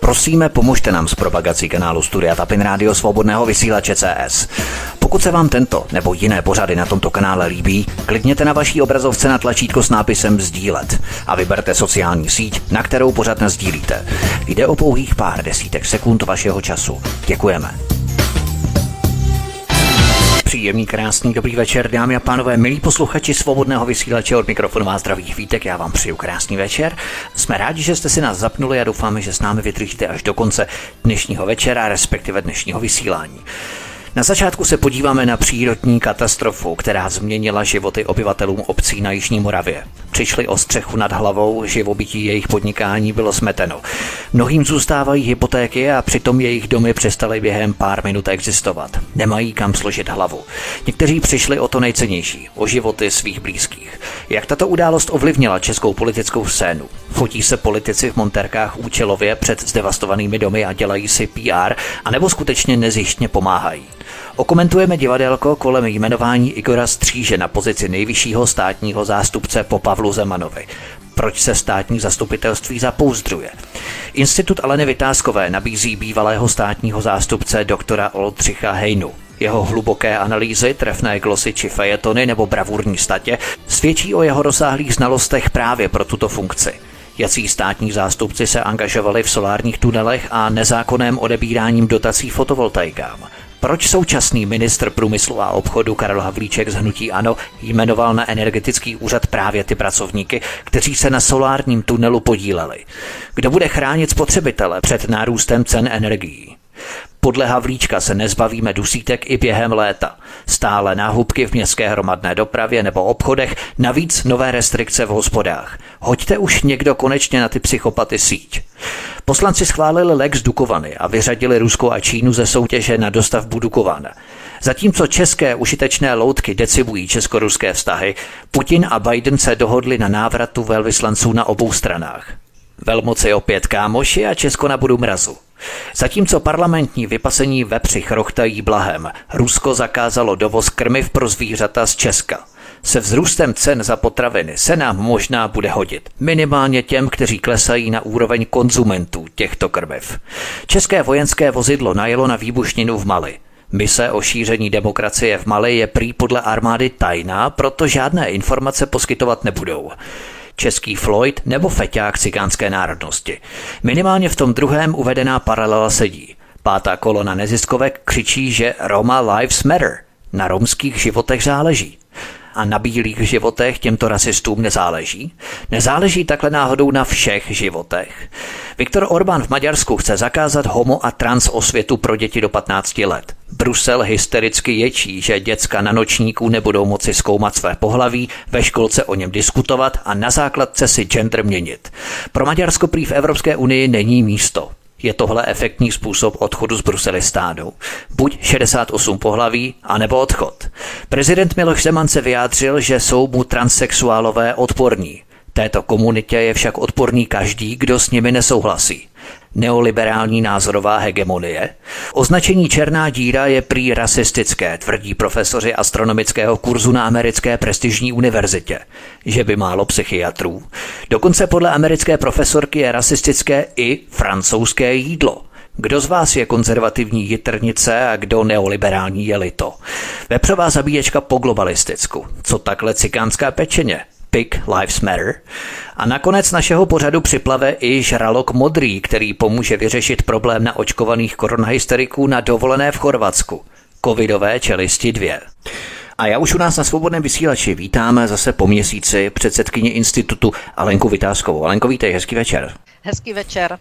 Prosíme, pomožte nám s propagací kanálu Studia Tapin Rádio Svobodného vysílače CS. Pokud se vám tento nebo jiné pořady na tomto kanále líbí, klikněte na vaší obrazovce na tlačítko s nápisem sdílet a vyberte sociální síť, na kterou pořad nasdílíte. Jde o pouhých pár desítek sekund vašeho času. Děkujeme. Příjemný, krásný, dobrý večer, dámy a pánové, milí posluchači Svobodného vysílače, od mikrofonu vás zdraví Vítek, já vám přeju krásný večer. Jsme rádi, že jste si nás zapnuli a doufáme, že s námi vydržíte až do konce dnešního večera, respektive dnešního vysílání. Na začátku se podíváme na přírodní katastrofu, která změnila životy obyvatelům obcí na Jižní Moravě. Přišli o střechu nad hlavou, živobytí jejich podnikání bylo smeteno. Mnohým zůstávají hypotéky a přitom jejich domy přestaly během pár minut existovat. Nemají kam složit hlavu. Někteří přišli o to nejcennější, o životy svých blízkých. Jak tato událost ovlivnila českou politickou scénu? Fotí se politici v montérkách účelově před zdevastovanými domy a dělají si PR, anebo skutečně nezištně pomáhají? Okomentujeme divadélko kolem jmenování Igora Stříže na pozici nejvyššího státního zástupce po Pavlu Zemanovi. Proč se státní zastupitelství zapouzdřuje? Institut Aleny Vytázkové nabízí bývalého státního zástupce doktora Oldřicha Hejnu. Jeho hluboké analýzy, trefné glosy či fejetony nebo bravurní statě svědčí o jeho rozsáhlých znalostech právě pro tuto funkci. Jací státní zástupci se angažovali v solárních tunelech a nezákonném odebíráním dotací fotovoltaikám? Proč současný ministr průmyslu a obchodu Karel Havlíček z hnutí ANO jmenoval na energetický úřad právě ty pracovníky, kteří se na solárním tunelu podíleli? Kdo bude chránit spotřebitele před nárůstem cen energií? Podle Havlíčka se nezbavíme dusítek i během léta. Stále náhubky v městské hromadné dopravě nebo obchodech, navíc nové restrikce v hospodách. Hoďte už někdo konečně na ty psychopaty síť. Poslanci schválili lex Dukovany a vyřadili Rusko a Čínu ze soutěže na dostavbu Dukovan. Zatímco české užitečné loutky decimují česko-ruské vztahy, Putin a Biden se dohodli na návratu velvyslanců na obou stranách. Velmoci opět kámoši a Česko na bodu mrazu. Zatímco parlamentní vypasení vepři chrochtají blahem, Rusko zakázalo dovoz krmiv pro zvířata z Česka. Se vzrůstem cen za potraviny se nám možná bude hodit. Minimálně těm, kteří klesají na úroveň konzumentů těchto krmiv. České vojenské vozidlo najelo na výbušninu v Mali. Mise o šíření demokracie v Mali je prý podle armády tajná, proto žádné informace poskytovat nebudou. Český Floyd nebo feťák cikánské národnosti. Minimálně v tom druhém uvedená paralela sedí. Pátá kolona neziskovek křičí, že Roma lives matter. Na romských životech záleží. A na bílých životech těmto rasistům nezáleží? Nezáleží takhle náhodou na všech životech? Viktor Orbán v Maďarsku chce zakázat homo a trans osvětu pro děti do 15 let. Brusel hystericky ječí, že děcka na nočníku nebudou moci zkoumat své pohlaví, ve školce o něm diskutovat a na základce si gender měnit. Pro Maďarsko prý v Evropské unii není místo. Je tohle efektní způsob odchodu z Bruselistánu? Buď 68 pohlaví, anebo odchod. Prezident Miloš Zeman se vyjádřil, že jsou mu transsexuálové odporní. Této komunitě je však odporný každý, kdo s nimi nesouhlasí. Neoliberální názorová hegemonie? Označení černá díra je prý rasistické, tvrdí profesoři astronomického kurzu na americké prestižní univerzitě. Že by málo psychiatrů? Dokonce podle americké profesorky je rasistické i francouzské jídlo. Kdo z vás je konzervativní jitrnice a kdo neoliberální jelito? Vepřová zabíječka po globalisticku. Co takhle cikánská pečeně? Pig Lives Matter. A nakonec našeho pořadu připlave i žralok modrý, který pomůže vyřešit problém naočkovaných koronahysteriků na dovolené v Chorvatsku. Covidové čelisti 2. A já už u nás na Svobodném vysílači vítáme zase po měsíci předsedkyni institutu Alenku Vytázkovou. Alenko, vítej, hezký večer. Hezký večer.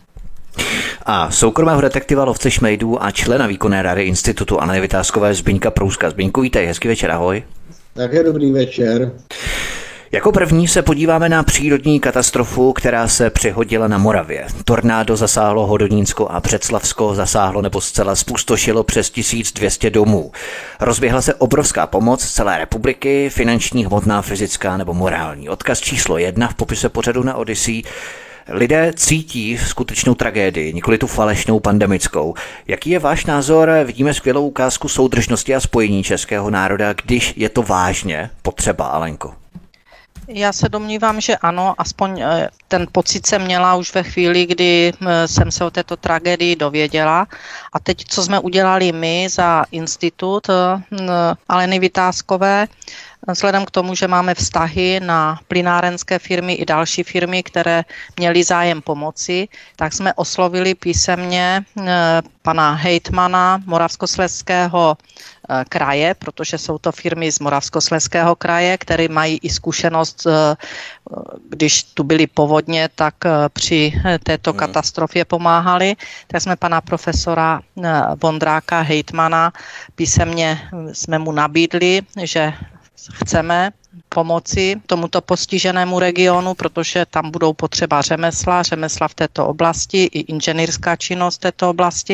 A soukromého detektiva lovce šmejdů a člena výkonné rady institutu Aleny Vytázkové Zbyňka Prouska. Zbyňku, vítej, hezký večer, ahoj. Také dobrý večer. Jako první se podíváme na přírodní katastrofu, která se přihodila na Moravě. Tornádo zasáhlo Hodonínsko a Břeclavsko, zasáhlo nebo zcela zpustošilo přes 1200 domů. Rozběhla se obrovská pomoc z celé republiky, finanční, hmotná, fyzická nebo morální. Odkaz číslo 1 v popise pořadu na Odyssey. Lidé cítí skutečnou tragédii, nikoli tu falešnou pandemickou. Jaký je váš názor? Vidíme skvělou ukázku soudržnosti a spojení českého národa, když je to vážně potřeba, Alenko. Já se domnívám, že ano, aspoň ten pocit jsem měla už ve chvíli, kdy jsem se o této tragédii dověděla. A teď, co jsme udělali my za institut Aleny Vytázkové, vzhledem k tomu, že máme vztahy na plynárenské firmy i další firmy, které měly zájem pomoci, tak jsme oslovili písemně pana hejtmana Moravskoslezského kraje, protože jsou to firmy z Moravskoslezského kraje, které mají i zkušenost, když tu byly povodně, tak při této katastrofě pomáhali. Tak jsme pana profesora Vondráka, hejtmana, písemně jsme mu nabídli, že chceme pomoci tomuto postiženému regionu, protože tam budou potřeba řemesla v této oblasti, i inženýrská činnost v této oblasti,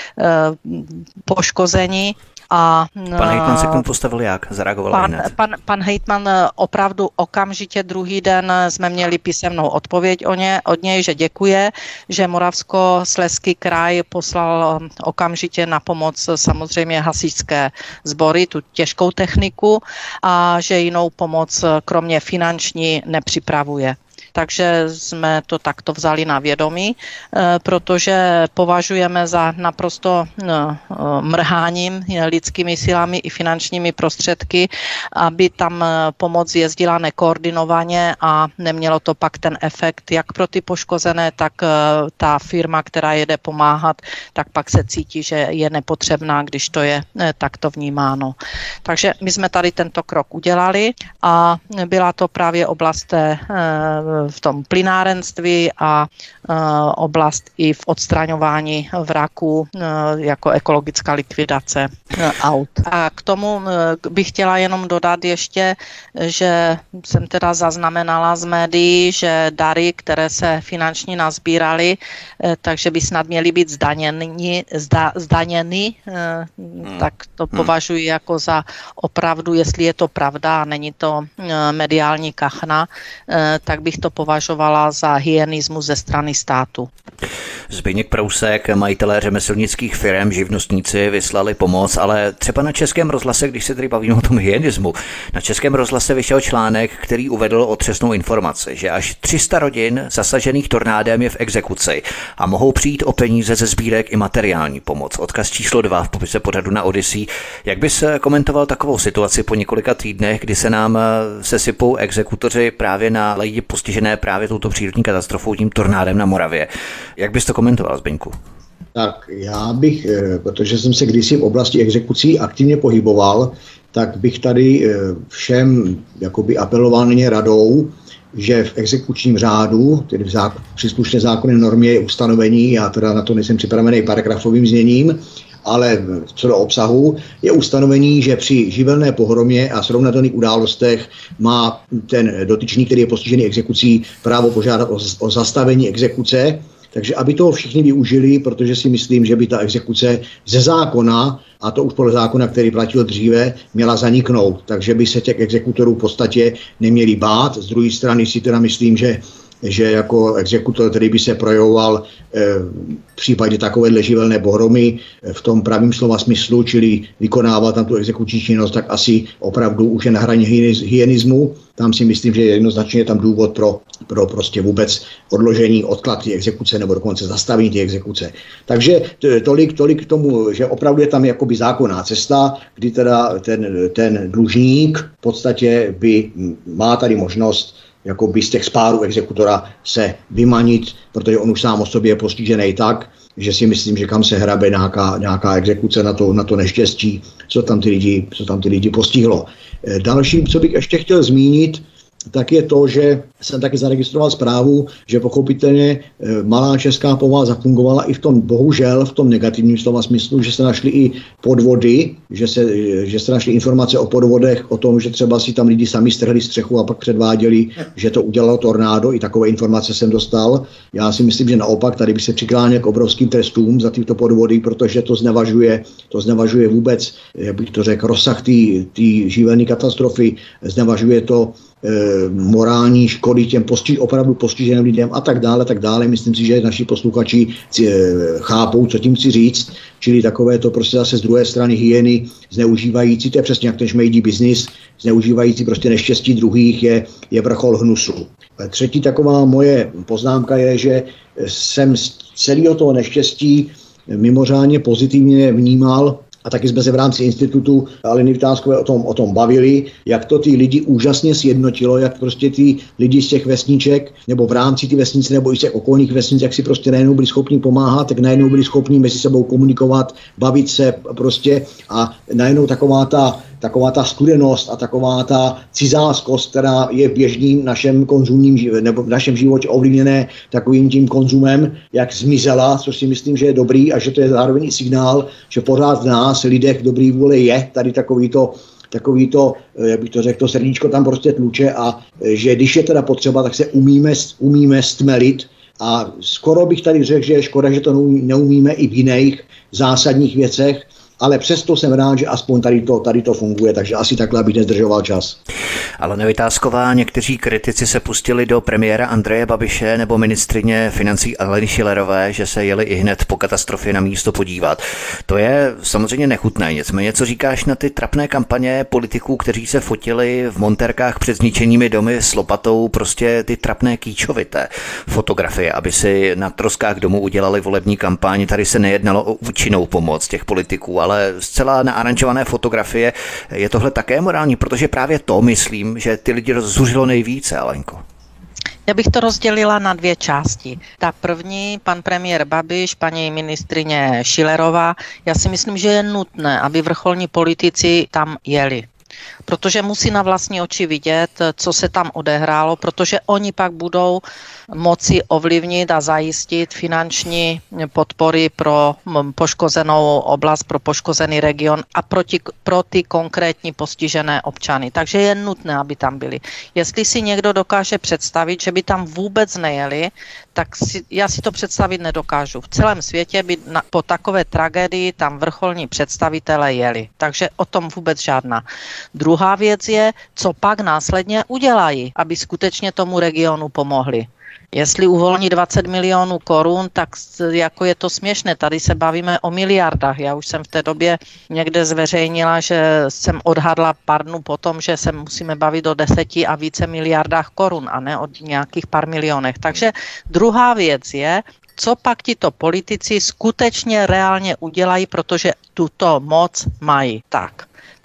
poškození. A pan hejtman se k tomu postavil jak? Zareagoval hned? Pan hejtman opravdu okamžitě druhý den jsme měli písemnou odpověď od něj, že děkuje, že Moravskoslezský kraj poslal okamžitě na pomoc samozřejmě hasičské sbory, tu těžkou techniku, a že jinou pomoc kromě finanční nepřipravuje. Takže jsme to takto vzali na vědomí, protože považujeme za naprosto mrháním lidskými silami i finančními prostředky, aby tam pomoc jezdila nekoordinovaně a nemělo to pak ten efekt jak pro ty poškozené, tak ta firma, která jede pomáhat, tak pak se cítí, že je nepotřebná, když to je takto vnímáno. Takže my jsme tady tento krok udělali a byla to právě oblast v tom plynárenství a oblast i v odstraňování vraků jako ekologická likvidace aut. A k tomu bych chtěla jenom dodat ještě, že jsem teda zaznamenala z médií, že dary, které se finančně nazbíraly, takže by snad měly být zdaněny, tak to považuji jako za opravdu, jestli je to pravda a není to mediální kachna, tak bych to považovala za hyenismus ze strany státu. Zbyněk Prousek, majitelé řemeslnických firem, živnostníci vyslali pomoc, ale třeba na Českém rozhlase, když se tady bavíme o tom hyenismu, na Českém rozhlase vyšel článek, který uvedl otřesnou informaci, že až 300 rodin zasažených tornádem je v exekuci a mohou přijít o peníze ze sbírek i materiální pomoc. Odkaz číslo 2 v popise pořadu na Odyssey. Jak bys komentoval takovou situaci po několika týdnech, kdy se nám sesypou exekutoři právě na lidi postižené právě touto přírodní katastrofou, tím tornádem na Moravě? Jak bys to komentoval, Zbyňku? Tak já bych, protože jsem se kdysi v oblasti exekucí aktivně pohyboval, tak bych tady všem jakoby apeloval na ně radou, že v exekučním řádu, tedy v příslušné zákonné normě je ustanovení, já teda na to nejsem připravený paragrafovým zněním, ale co do obsahu je ustanovení, že při živelné pohromě a srovnatelných událostech má ten dotyčný, který je postižený exekucí, právo požádat o zastavení exekuce. Takže aby toho všichni využili, protože si myslím, že by ta exekuce ze zákona, a to už podle zákona, který platil dříve, měla zaniknout. Takže by se těch exekutorů v podstatě neměli bát. Z druhé strany si teda myslím, že jako exekutor, který by se projevoval v případě takovéhle živelné pohromy v tom pravým slova smyslu, čili vykonával tam tu exekuční činnost, tak asi opravdu už je na hraně hyenismu. Tam si myslím, že jednoznačně je tam důvod pro prostě vůbec odložení, odklad té exekuce nebo dokonce zastavení té exekuce. Takže tolik k tomu, že opravdu je tam jakoby zákonná cesta, kdy teda ten dlužník v podstatě má tady možnost jakoby z těch spárů exekutora se vymanit, protože on už sám o sobě je postižený tak, že si myslím, že kam se hrabe nějaká exekuce na to neštěstí, co tam ty lidi postihlo. Další, co bych ještě chtěl zmínit, tak je to, že jsem taky zaregistroval zprávu, že pochopitelně malá česká povaha zafungovala i v tom, bohužel v tom negativním slova smyslu, že se našly i podvody, že se našly informace o podvodech, o tom, že třeba si tam lidi sami strhli střechu a pak předváděli, že to udělalo tornádo, i takové informace jsem dostal. Já si myslím, že naopak tady by se přikláněl k obrovským trestům za tyto podvody, protože to znevažuje vůbec, jak bych to řekl, rozsah té živelné katastrofy, znevažuje to morální škody těm opravdu postiženým lidem a tak dále. Myslím si, že naši posluchači chápou, co tím chci říct, čili takové to prostě zase z druhé strany hyeny zneužívající, to je přesně jak ten šmejdí biznis, zneužívající prostě neštěstí druhých je vrchol hnusu. Třetí taková moje poznámka je, že jsem z celého toho neštěstí mimořádně pozitivně vnímal, a taky jsme se v rámci institutu Aleny Vytázkové o tom bavili, jak to ty lidi úžasně sjednotilo, jak prostě ty lidi z těch vesniček, nebo v rámci ty vesnice, nebo i z těch okolních vesnic, jak si prostě najednou byli schopni pomáhat, tak najednou byli schopni mezi sebou komunikovat, bavit se prostě a najednou taková ta studenost a taková ta cizáckost, která je v běžným našem konzumním, nebo v našem životě ovlivněné takovým tím konzumem, jak zmizela, což si myslím, že je dobrý a že to je zároveň i signál, že pořád v nás, lidech dobrý vůle je tady takový to, jak bych to řekl, to srdíčko tam prostě tluče a že když je teda potřeba, tak se umíme stmelit a skoro bych tady řekl, že je škoda, že to neumíme i v jiných zásadních věcech, ale přesto jsem rád, že aspoň tady to funguje, takže asi takhle bych nezdržoval čas. Alena Vytázková, někteří kritici se pustili do premiéra Andreje Babiše nebo ministryně financí Aleny Schillerové, že se jeli ihned po katastrofě na místo podívat. To je samozřejmě nechutné, nicméně co říkáš na ty trapné kampaně politiků, kteří se fotili v montérkách před zničenými domy s lopatou, prostě ty trapné kýčovité fotografie, aby si na troskách domů udělali volební kampaň. Tady se nejednalo o účinnou pomoc těch politiků, ale zcela naaranžované fotografie. Je tohle také morální, protože právě to myslím, že ty lidi rozzuřilo nejvíce, Alenko. Já bych to rozdělila na dvě části. Ta první, pan premiér Babiš, paní ministryně Schillerová, já si myslím, že je nutné, aby vrcholní politici tam jeli. Protože musí na vlastní oči vidět, co se tam odehrálo, protože oni pak budou moci ovlivnit a zajistit finanční podpory pro poškozenou oblast, pro poškozený region a pro ty konkrétní postižené občany. Takže je nutné, aby tam byli. Jestli si někdo dokáže představit, že by tam vůbec nejeli, tak já si to představit nedokážu. V celém světě by po takové tragédii tam vrcholní představitelé jeli. Takže o tom vůbec žádná. Druhá věc je, co pak následně udělají, aby skutečně tomu regionu pomohli. Jestli uvolní 20 milionů korun, tak jako je to směšné. Tady se bavíme o miliardách. Já už jsem v té době někde zveřejnila, že jsem odhadla pár dnů potom, že se musíme bavit o 10 a více miliardách korun a ne o nějakých pár milionech. Takže druhá věc je, co pak tito politici skutečně reálně udělají, protože tuto moc mají. Tak.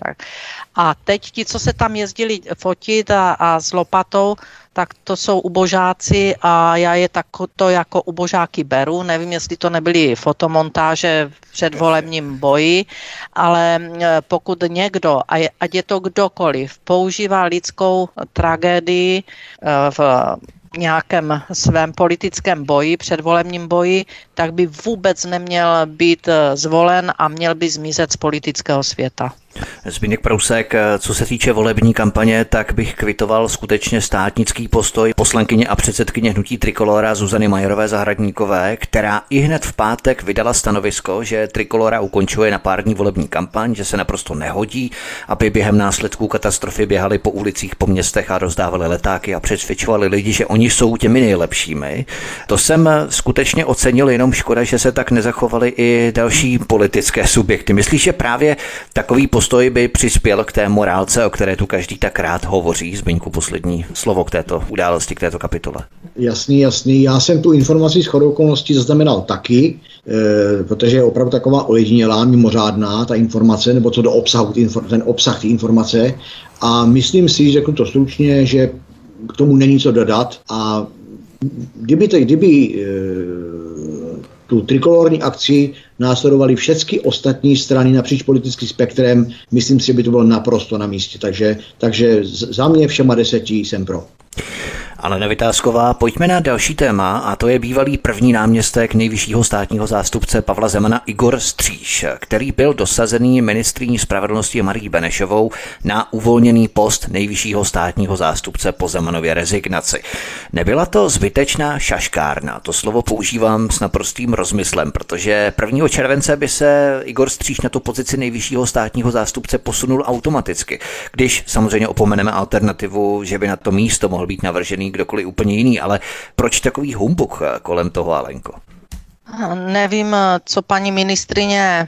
A teď ti, co se tam jezdili fotit a s lopatou, tak to jsou ubožáci a já je to jako ubožáky beru. Nevím, jestli to nebyly fotomontáže v předvolebním boji, ale pokud někdo, ať je to kdokoliv, používá lidskou tragédii v nějakém svém politickém boji, předvolebním boji, tak by vůbec neměl být zvolen a měl by zmizet z politického světa. Zbyněk Prousek, co se týče volební kampaně, tak bych kvitoval skutečně státnický postoj poslankyně a předsedkyně hnutí Trikolóra Zuzany Majerové Zahradníkové, která i hned v pátek vydala stanovisko, že Trikolóra ukončuje na pár dní volební kampaň, že se naprosto nehodí, aby během následků katastrofy běhali po ulicích, po městech a rozdávali letáky a přesvědčovali lidi, že oni jsou těmi nejlepšími. To jsem skutečně ocenil, jenom škoda, že se tak nezachovali i další politické subjekty. Myslíš, že právě takový postoj by přispěl k té morálce, o které tu každý tak rád hovoří? Zbyňku, poslední slovo k této události, k této kapitole. Jasný. Já jsem tu informaci shodou okolností zaznamenal taky, protože je opravdu taková ojedinělá, mimořádná ta informace, nebo co do obsahu, ten obsah té informace. A myslím si, řeknu to stručně, že k tomu není co dodat. A kdyby tu trikolorní akci následovaly všechny ostatní strany napříč politickým spektrem, myslím si, že by to bylo naprosto na místě. Takže za mě všema 10 jsem pro. Alena Vitásková, pojďme na další téma a to je bývalý první náměstek nejvyššího státního zástupce Pavla Zemana Igor Stříž, který byl dosazený ministryní spravedlnosti Marií Benešovou na uvolněný post nejvyššího státního zástupce po Zemanově rezignaci. Nebyla to zbytečná šaškárna, to slovo používám s naprostým rozmyslem, protože 1. července by se Igor Stříž na tu pozici nejvyššího státního zástupce posunul automaticky, když samozřejmě opomeneme alternativu, že by na to místo mohl být navržený kdokoliv úplně jiný, ale proč takový humbuk kolem toho, Alenko? Nevím, co paní ministryně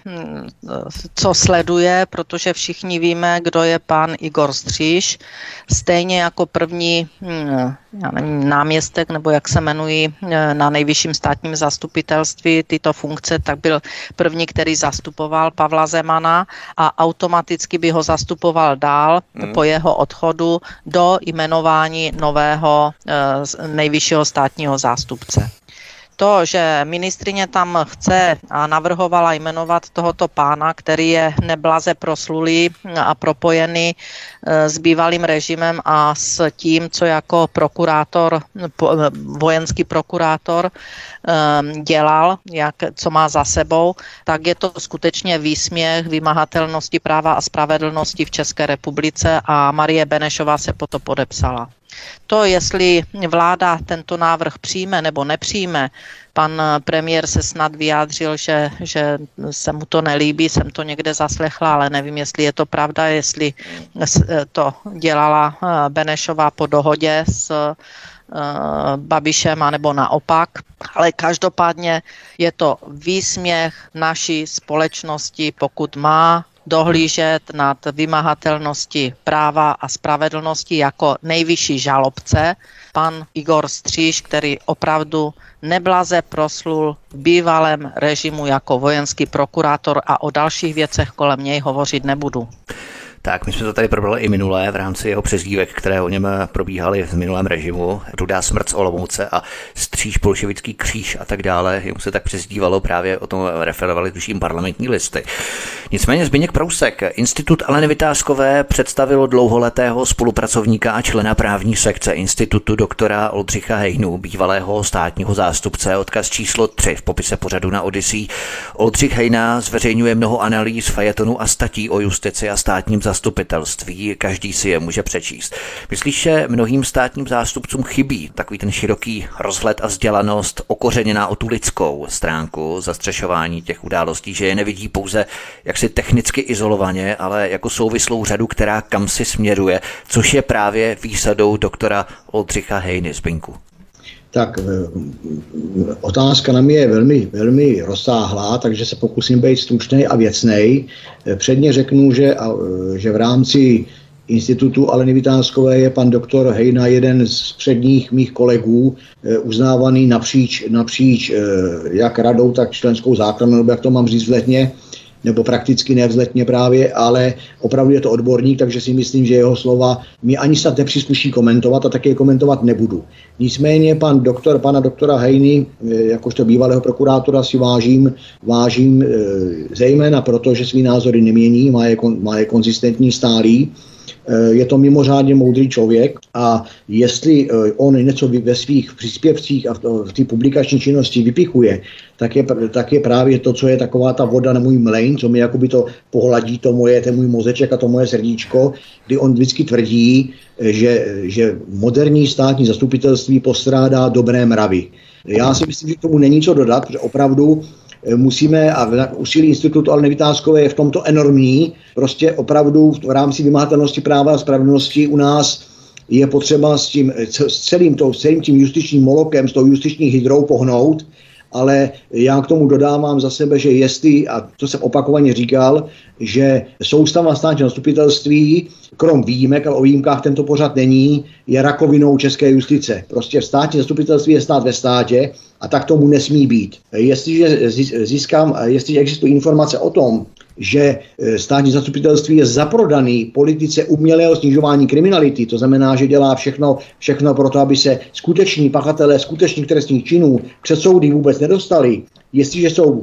co sleduje, protože všichni víme, kdo je pan Igor Stříž. Stejně jako první náměstek, nebo jak se jmenují na nejvyšším státním zastupitelství tyto funkce, tak byl první, který zastupoval Pavla Zemana a automaticky by ho zastupoval dál po jeho odchodu do jmenování nového nejvyššího státního zástupce. To, že ministryně tam chce a navrhovala jmenovat tohoto pána, který je neblaze proslulý a propojený s bývalým režimem a s tím, co jako prokurátor, vojenský prokurátor dělal, co má za sebou, tak je to skutečně výsměch vymahatelnosti práva a spravedlnosti v České republice a Marie Benešová se po to podepsala. To, jestli vláda tento návrh přijme nebo nepřijme, pan premiér se snad vyjádřil, že se mu to nelíbí, jsem to někde zaslechla, ale nevím, jestli je to pravda, jestli to dělala Benešová po dohodě s Babišem, anebo naopak. Ale každopádně je to výsměch naší společnosti, pokud má dohlížet nad vymahatelností práva a spravedlnosti jako nejvyšší žalobce pan Igor Stříž, který opravdu neblaze proslul v bývalém režimu jako vojenský prokurátor a o dalších věcech kolem něj hovořit nebudu. Tak, my jsme to tady probrali i minulé v rámci jeho přezdívek, které o něm probíhaly v minulém režimu. Rudá smrt z Olomouce a Stříž, bolševický kříž a tak dále. Jemu se tak přezdívalo, právě o tom referovali tuším Parlamentní listy. Nicméně Zbyněk Prousek, Institut Aleny Vitáskové představilo dlouholetého spolupracovníka a člena právní sekce institutu doktora Oldřicha Hejnu, bývalého státního zástupce. Odkaz číslo 3 v popise pořadu na Odyssey. Oldřich Hejna zveřejňuje mnoho analýz, fejetonů a statí o justici a státním zastupitelství, každý si je může přečíst. Myslíš, že mnohým státním zástupcům chybí takový ten široký rozhled a vzdělanost, okořeněná o tu lidskou stránku zastřešování těch událostí, že je nevidí pouze jaksi technicky izolovaně, ale jako souvislou řadu, která kam si směruje, což je právě výsadou doktora Oldřicha Hejny, Zbyňku? Tak otázka na mě je velmi, velmi rozsáhlá, takže se pokusím být stručnej a věcnej. Předně řeknu, že v rámci Institutu Aleny Vitáskové je pan doktor Hejna jeden z předních mých kolegů, uznávaný napříč jak radou, tak členskou základnou, nebo jak to mám říct vzletně, nebo prakticky nevzletně právě, ale opravdu je to odborník, takže si myslím, že jeho slova mi ani snad nepřísluší komentovat a taky je komentovat nebudu. Nicméně pana doktora Hejny, jakožto bývalého prokurátora, si vážím zejména proto, že svý názory nemění, má je konzistentní, stálý. Je to mimořádně moudrý člověk a jestli on něco ve svých příspěvcích a v té publikační činnosti vypichuje, tak je právě to, co je taková ta voda na můj mlejn, co mi jakoby to pohladí ten můj mozeček a to moje srdíčko, kdy on vždycky tvrdí, že moderní státní zastupitelství postrádá dobré mravy. Já si myslím, že k tomu není co dodat, protože opravdu musíme, a úsilí Institutu Aleny Vitáskové je v tomto enormní, prostě opravdu v rámci vymahatelnosti práva a spravedlnosti u nás je potřeba s celým tím justičním molokem, s tou justiční hydrou pohnout, ale já k tomu dodávám za sebe, že jestli, a to jsem opakovaně říkal, že soustava státního zastupitelství, krom výjimek, ale o výjimkách tento pořad není, je rakovinou české justice. Prostě státní zastupitelství je stát ve státě a tak tomu nesmí být. Jestliže existují informace o tom, že státní zastupitelství je zaprodaný politice umělého snižování kriminality, to znamená, že dělá všechno pro to, aby se skuteční pachatelé skutečných trestných činů před soudy vůbec nedostali. Jestliže jsou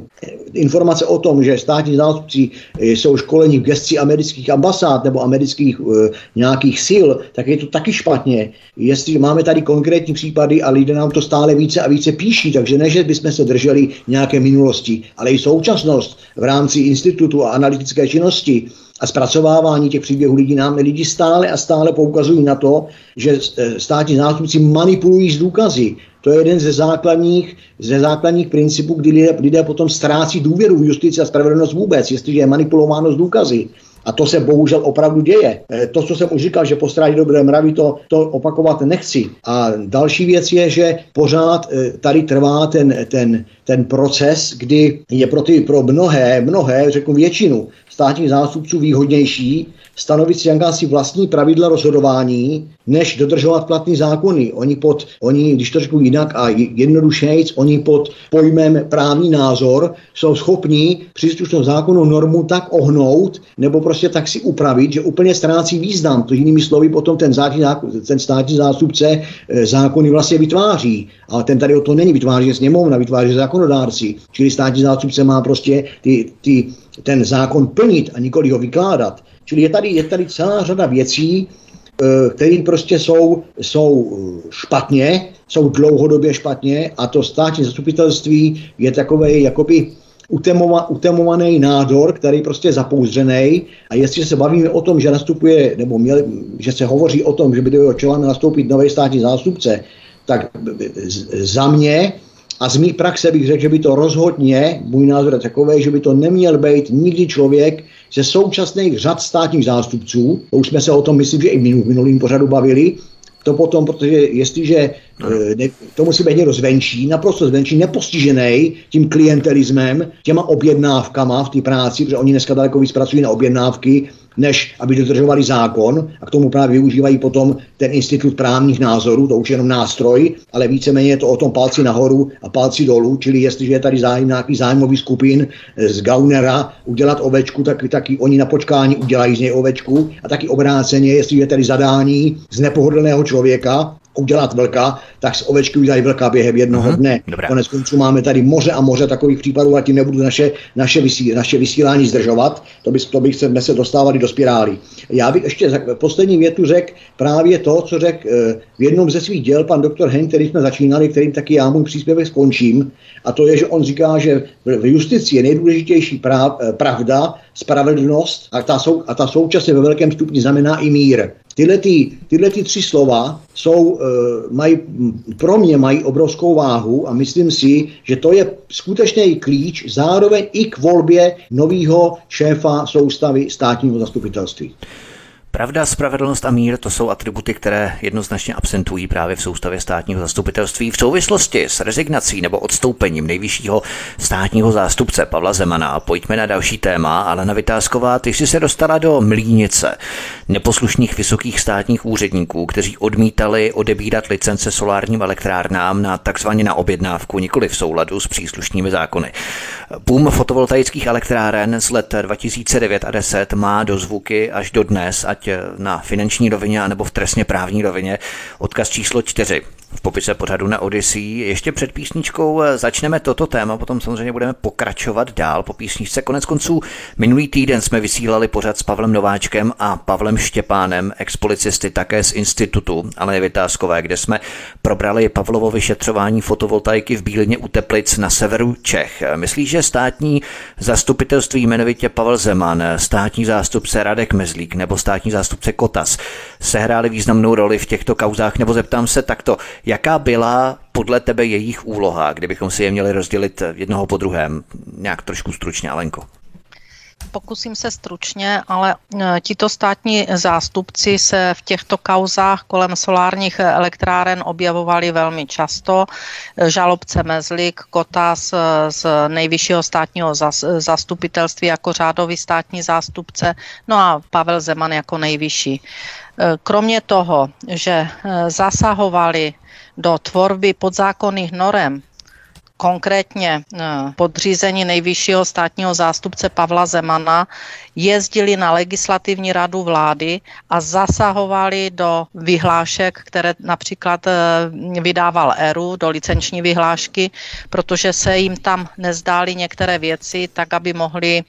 informace o tom, že státní zástupci jsou školeni v gesci amerických ambasád nebo amerických nějakých sil, tak je to taky špatně. Jestli máme tady konkrétní případy a lidé nám to stále více a více píší, takže ne, že bychom se drželi nějaké minulosti, ale i současnost v rámci institutu a analytické činnosti a zpracovávání těch příběhů lidi stále a stále poukazují na to, že státní zástupci manipulují s důkazy. To je jeden ze základních principů, kdy lidé potom ztrácí důvěru v justici a spravedlnost vůbec, jestliže je manipulováno s důkazy. A to se bohužel opravdu děje. To, co jsem už říkal, že postrádí dobré mravy, to opakovat nechci. A další věc je, že pořád tady trvá ten proces, kdy je pro mnohé, řeknu většinu státních zástupců výhodnější stanovit si jakási vlastní pravidla rozhodování, než dodržovat platné zákony. Oni, když to řeknu jinak a jednodušejc, oni pod pojmem právní názor jsou schopni příslušnou zákonnou normu tak ohnout, nebo prostě tak si upravit, že úplně ztrácí význam. To jinými slovy potom ten státní zástupce zákony vlastně vytváří. Ale ten tady o to není, vytváří sněmovna, vytváří zákonodárci. Čili státní zástupce má prostě ten zákon plnit a nikoli ho vykládat. Čili je tady celá řada věcí, které prostě jsou špatně, jsou dlouhodobě špatně a to státní zastupitelství je takovej jakoby utemovaný nádor, který prostě je zapouzdřený a jestli se bavíme o tom, že nastupuje, že se hovoří o tom, že by do jeho čela nastoupit nový státní zástupce, tak za mě a z mých praxe bych řekl, že by to rozhodně, můj názor je takový, že by to neměl být nikdy člověk ze současných řad státních zástupců. To už jsme se o tom, myslím, že i v minulým pořadu bavili. To potom, protože jestliže to musí být někdo zvenčí, naprosto zvenčí, nepostižený tím klientelismem, těma objednávkama v té práci, protože oni dneska daleko víc pracují na objednávky, než aby dodržovali zákon a k tomu právě využívají potom ten institut právních názorů, to už je jenom nástroj, ale víceméně je to o tom palci nahoru a palci dolů, čili jestliže je tady nějaký zájmový skupin z Gaunera udělat ovečku, tak taky oni na počkání udělají z něj ovečku a taky obráceně, jestliže je tady zadání z nepohodlného člověka udělat vlka, tak z ovečky udělají vlka během jednoho dne. Konec konců máme tady moře a moře takových případů a tím nebudu naše vysílání zdržovat, to bychom se dostávali do spirály. Já bych ještě poslední větu řekl právě to, co řekl v jednom ze svých děl pan doktor Heň, který jsme začínali, kterým taky já můj příspěvek skončím, a to je, že on říká, že v justici je nejdůležitější pravda, spravedlnost a ta současně ve velkém stupni znamená i mír. Tyhle tři slova pro mě mají obrovskou váhu a myslím si, že to je skutečný klíč zároveň i k volbě nového šéfa soustavy státního zastupitelství. Pravda, spravedlnost a mír, to jsou atributy, které jednoznačně absentují právě v soustavě státního zastupitelství v souvislosti s rezignací nebo odstoupením nejvyššího státního zástupce Pavla Zemana. Pojďme na další téma. Alena Vitásková, ty jsi se dostala do Mlýnice neposlušných vysokých státních úředníků, kteří odmítali odebírat licence solárním elektrárnám takzvaně na objednávku, nikoli v souladu s příslušnými zákony. Boom fotovoltaických elektráren z let 2009 a 10 má dozvuky až do dnes, ať na finanční rovině, anebo v trestně právní rovině. Odkaz číslo 4 v popise pořadu na Odyssey. Ještě před písničkou začneme toto téma, potom samozřejmě budeme pokračovat dál po písničce. Konec konců minulý týden jsme vysílali pořad s Pavlem Nováčkem a Pavlem Štěpánem, expolicisty také z institutu Aleny Vitáskové, kde jsme probrali Pavlovo vyšetřování fotovoltaiky v Bílině u Teplic na severu Čech. Myslíš, že státní zastupitelství, jmenovitě Pavel Zeman, státní zástupce Radek Mezlík nebo státní zástupce Kotas sehráli významnou roli v těchto kauzách, nebo zeptám se takto, jaká byla podle tebe jejich úloha, kdybychom si je měli rozdělit jednoho po druhém? Nějak trošku stručně, Alenko. Pokusím se stručně, ale tito státní zástupci se v těchto kauzách kolem solárních elektráren objevovali velmi často. Žalobce Mezlík, Kotas z nejvyššího státního zastupitelství jako řádový státní zástupce, no a Pavel Zeman jako nejvyšší. Kromě toho, že zasahovali do tvorby podzákonných norem, konkrétně podřízení nejvyššího státního zástupce Pavla Zemana, jezdili na legislativní radu vlády a zasahovali do vyhlášek, které například vydával ERÚ, do licenční vyhlášky, protože se jim tam nezdály některé věci, tak aby mohli,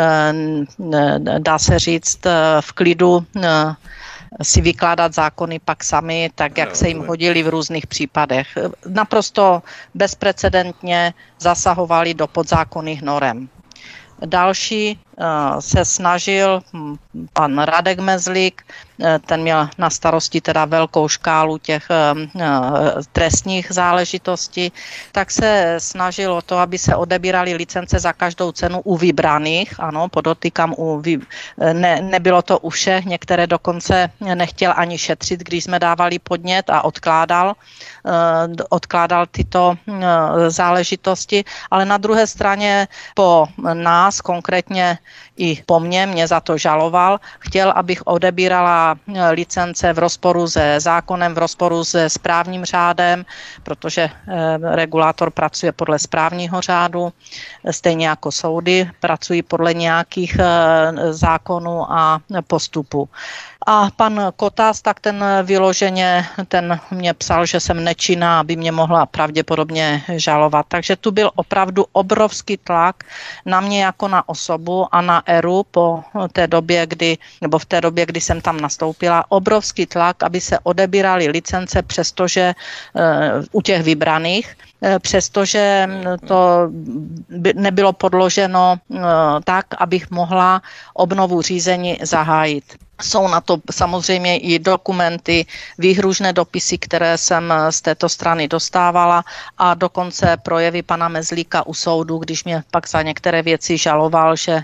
dá se říct, v klidu si vykládat zákony pak sami, tak jak se jim hodili v různých případech. Naprosto bezprecedentně zasahovali do podzákonných norem. Další se snažil pan Radek Mezlík, ten měl na starosti teda velkou škálu těch trestních záležitostí, tak se snažil o to, aby se odebíraly licence za každou cenu u vybraných, ano, podotýkám, nebylo to u všech, některé dokonce nechtěl ani šetřit, když jsme dávali podnět a odkládal tyto záležitosti, ale na druhé straně po nás, konkrétně i po mě za to žaloval, chtěl, abych odebírala licence v rozporu se zákonem, v rozporu se správním řádem, protože regulátor pracuje podle správního řádu, stejně jako soudy pracují podle nějakých zákonů a postupů. A pan Kotas, tak ten vyloženě, ten mě psal, že jsem nečinná, aby mě mohla pravděpodobně žalovat. Takže tu byl opravdu obrovský tlak na mě jako na osobu a na ERÚ v té době, kdy jsem tam nastoupila, obrovský tlak, aby se odebíraly licence, přestože u těch vybraných, přestože to nebylo podloženo tak, abych mohla obnovu řízení zahájit. Jsou na to samozřejmě i dokumenty, výhružné dopisy, které jsem z této strany dostávala a dokonce projevy pana Mezlíka u soudu, když mě pak za některé věci žaloval, že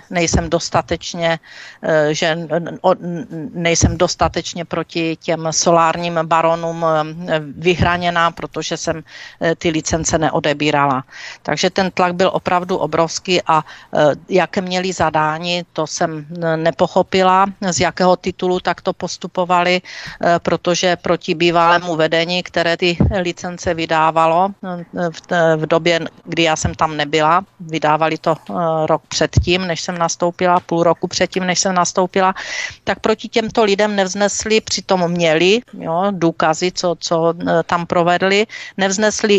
nejsem dostatečně proti těm solárním baronům vyhraněná, protože jsem ty licence neodebírala. Takže ten tlak byl opravdu obrovský a jaké měli zadání, to jsem nepochopila, z jakého titulu takto postupovali, protože proti bývalému vedení, které ty licence vydávalo v době, kdy já jsem tam nebyla, vydávali to rok předtím, než jsem nastoupila, půl roku předtím, než jsem nastoupila, tak proti těmto lidem nevznesli, přitom měli důkazy, co tam provedli, nevznesli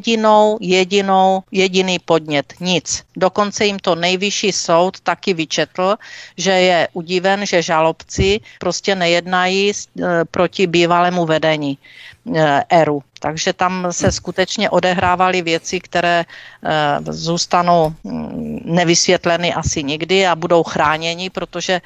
jediný podnět, nic. Dokonce jim to nejvyšší soud taky vyčetl, že je udiven, že žalobci prostě nejednají proti bývalému vedení ERÚ. Takže tam se skutečně odehrávaly věci, které zůstanou nevysvětleny asi nikdy a budou chráněni, protože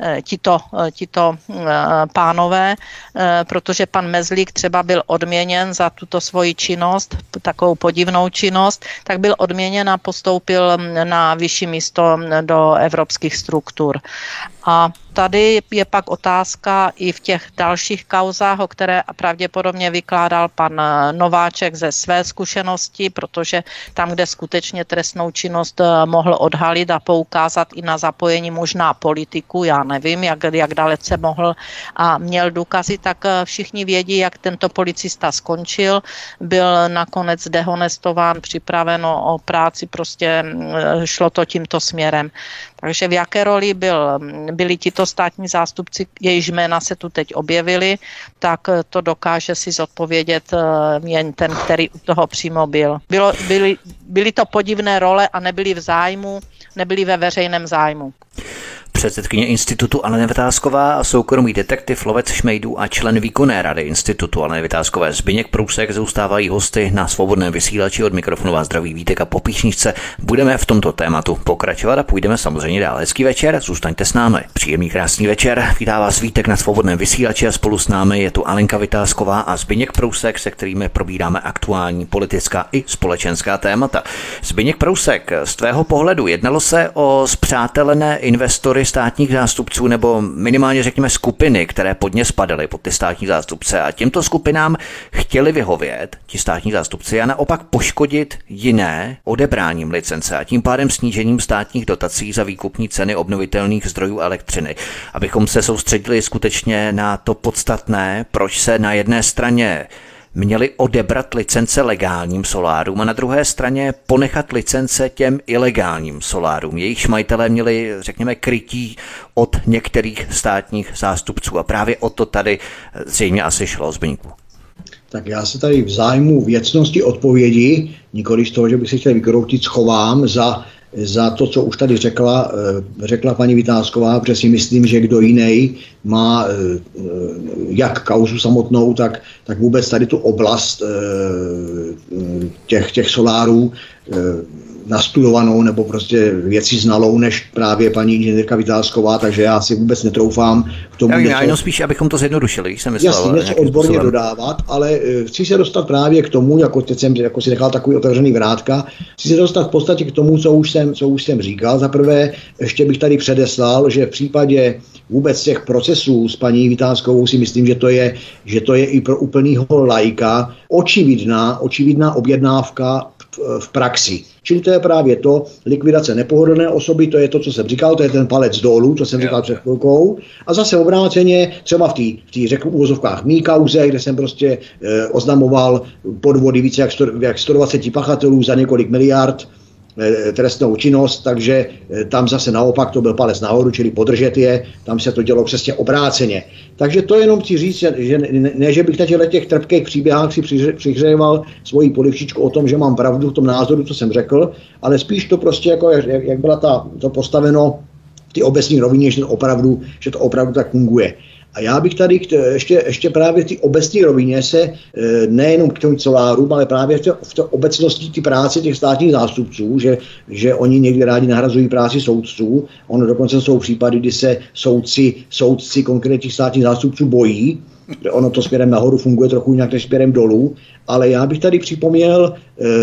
tito pánové, protože pan Mezlík třeba byl odměněn za tuto svoji činnost, takovou podivnou činnost, tak byl odměněn a postoupil na vyšší místo do evropských struktur. A tady je pak otázka i v těch dalších kauzách, o které pravděpodobně vykládal pan Nováček ze své zkušenosti, protože tam, kde skutečně trestnou činnost mohl odhalit a poukázat i na zapojení možná politiků, já nevím, jak dalece mohl a měl důkazy, tak všichni vědí, jak tento policista skončil, byl nakonec dehonestován, připraveno o práci, prostě šlo to tímto směrem. Takže v jaké roli byli tito státní zástupci, jejichž jména se tu teď objevili, tak to dokáže si zodpovědět jen ten, který u toho přímo byl. Byly to podivné role a nebyly ve veřejném zájmu. Předsedkyně institutu Alena Vytázková a soukromý detektiv lovec šmejdů a člen výkonné rady institutu Aleny Vytázkové Zbyněk Prousek zůstávají hosty na svobodném vysílači. Od mikrofonu vás zdraví Vítek a po píšničce budeme v tomto tématu pokračovat a půjdeme samozřejmě dál. Hezký večer, zůstaňte s námi. Příjemný krásný večer. Vítá vás Vítek na svobodném vysílači a spolu s námi je tu Alenka Vytázková a Zbyněk Prousek, se kterými probíráme aktuální politická i společenská témata. Zbyněk Prousek, z tvého pohledu jednalo se o spřátelené investory státních zástupců nebo minimálně řekněme skupiny, které pod ně spadaly, pod ty státní zástupce a těmto skupinám chtěli vyhovět ti státní zástupci a naopak poškodit jiné odebráním licence a tím pádem snížením státních dotací za výkupní ceny obnovitelných zdrojů elektřiny. Abychom se soustředili skutečně na to podstatné, proč se na jedné straně měli odebrat licence legálním solárům a na druhé straně ponechat licence těm ilegálním solárům. Jejich majitelé měli, řekněme, krytí od některých státních zástupců a právě o to tady zřejmě asi šlo, Zbyňku. Tak já se tady v zájmu věcnosti odpovědi, nikoli z toho, že bych se chtěl vykroutit, schovám za to, co už tady řekla paní Vitásková, protože si myslím, že kdo jiný má jak kauzu samotnou, tak vůbec tady tu oblast těch solárů nastudovanou nebo prostě věci znalou než právě paní inženýrka Vitásková, takže já si vůbec netroufám k tomu já jenom spíš, abychom to zjednodušili, když jsem myslel. Jasně, něco odborně dodávat, ale chci se dostat právě k tomu, jako teď jsem si nechal takový otevřený vrátka, chci se dostat v podstatě k tomu, co už jsem říkal. Za prvé, ještě bych tady předeslal, že v případě vůbec těch procesů s paní Vitáskovou si myslím, že to je i pro úplnýho laika očividná objednávka v praxi. Čili to je právě to, likvidace nepohodlné osoby, to je to, co jsem říkal, to je ten palec dolů, co jsem říkal před chvilkou. A zase obráceně, třeba v té řeknu uvozovkách mý kauze, kde jsem prostě oznamoval podvody více jak 120 pachatelů za několik miliard, trestnou činnost, takže tam zase naopak to byl palec nahoru, čili podržet je, tam se to dělo přesně obráceně. Takže to jenom chci říct, že ne, že bych na těch trpkých příběhách si přihřejval svoji polivčičku o tom, že mám pravdu v tom názoru, co jsem řekl, ale spíš to prostě, jako jak byla to postaveno v té obecní rovině, že to opravdu tak funguje. A já bych tady ještě právě v té obecné rovině se nejenom k tomu solárům, ale právě v té obecnosti ty práce těch státních zástupců, že oni někdy rádi nahrazují práci soudců. Ono dokonce jsou případy, kdy se soudci konkrétních státních zástupců bojí. Ono to směrem nahoru funguje trochu jinak než směrem dolů. Ale já bych tady připomněl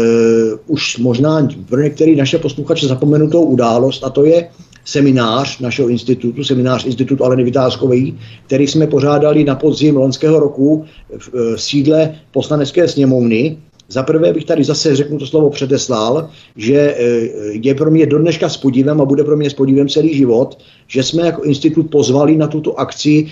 už možná pro některé naše posluchače zapomenutou událost, a to je seminář našeho institutu, seminář Institutu Aleny Vitáskové, který jsme pořádali na podzim loňského roku v sídle Poslanecké sněmovny. Za prvé bych tady zase, řeknu to slovo, předeslal, že je pro mě dodneška s podívem a bude pro mě s podívem celý život, že jsme jako institut pozvali na tuto akci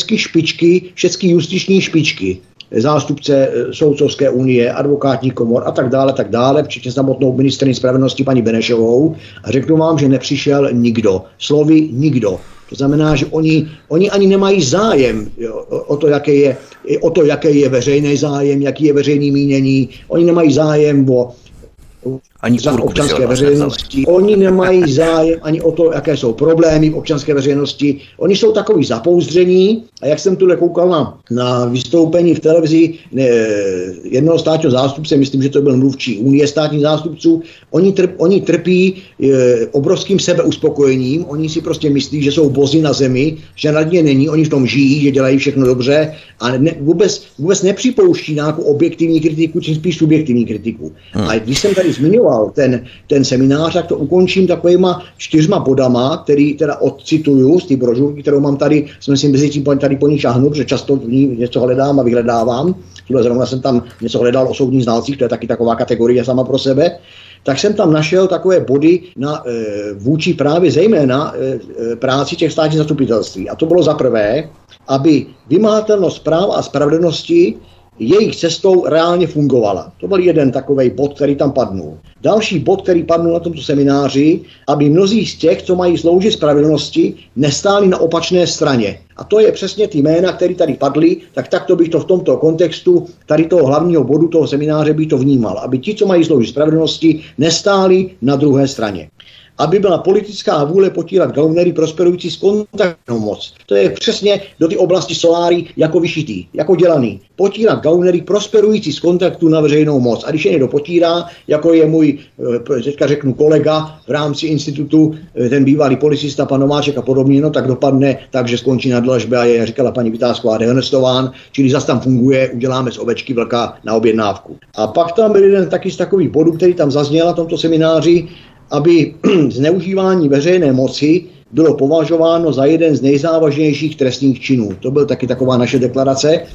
všechny justiční špičky, zástupce Soudcovské unie, advokátní komor a tak dále, včetně samotnou ministryni spravedlnosti paní Benešovou, a řeknu vám, že nepřišel nikdo. Slovy nikdo. To znamená, že oni ani nemají zájem o to, jaký je veřejný zájem, jaký je veřejný mínění. Oni nemají zájem o občanské veřejnosti. Oni nemají zájem ani o to, jaké jsou problémy v občanské veřejnosti. Oni jsou takový zapouzdření a jak jsem tuhle koukal na vystoupení v televizi jednoho státního zástupce, myslím, že to byl mluvčí Unie státních zástupců, oni trpí obrovským sebeuspokojením, oni si prostě myslí, že jsou bozi na zemi, že nad ně není, oni v tom žijí, že dělají všechno dobře a vůbec nepřipouští nějakou objektivní kritiku, či spíš subjektivní kritiku. A když jsem tady zmiňoval ten seminář, tak to ukončím takovýma 4 bodama, který teda odcituju z té brožurky, kterou mám tady, jsem si mezi tím tady po ní šáhnu, protože často v ní něco hledám a vyhledávám. Zrovna jsem tam něco hledal o soudních znalcích, to je taky taková kategorie sama pro sebe. Tak jsem tam našel takové body vůči právě zejména práci těch státních zastupitelství. A to bylo za prvé, aby vymahatelnost práva a spravedlnosti jejich cestou reálně fungovala. To byl jeden takovej bod, který tam padnul. Další bod, který padnul na tomto semináři, aby mnozí z těch, co mají sloužit spravedlnosti, nestáli na opačné straně. A to je přesně ty jména, které tady padly, tak to bych to v tomto kontextu tady toho hlavního bodu toho semináře bych to vnímal. Aby ti, co mají sloužit spravedlnosti, nestáli na druhé straně. Aby byla politická vůle potírat gaunery prosperující s kontaktnou moc. To je přesně do ty oblasti soláry jako vyšitý, jako dělaný. Potírat gaunery prosperující z kontaktu na veřejnou moc. A když je někdo potírá, jako je můj, teďka řeknu, kolega v rámci institutu, ten bývalý policista, pan Nováček a podobně, no tak dopadne tak, že skončí na dlažbě a je, říkala paní Vitásková, dehonestován, čili zase tam funguje, uděláme z ovečky vlka na objednávku. A pak tam byl jeden taky z takových bodů, který tam zazněl na tomto semináři, aby zneužívání veřejné moci bylo považováno za jeden z nejzávažnějších trestných činů. To byl taky taková naše deklarace.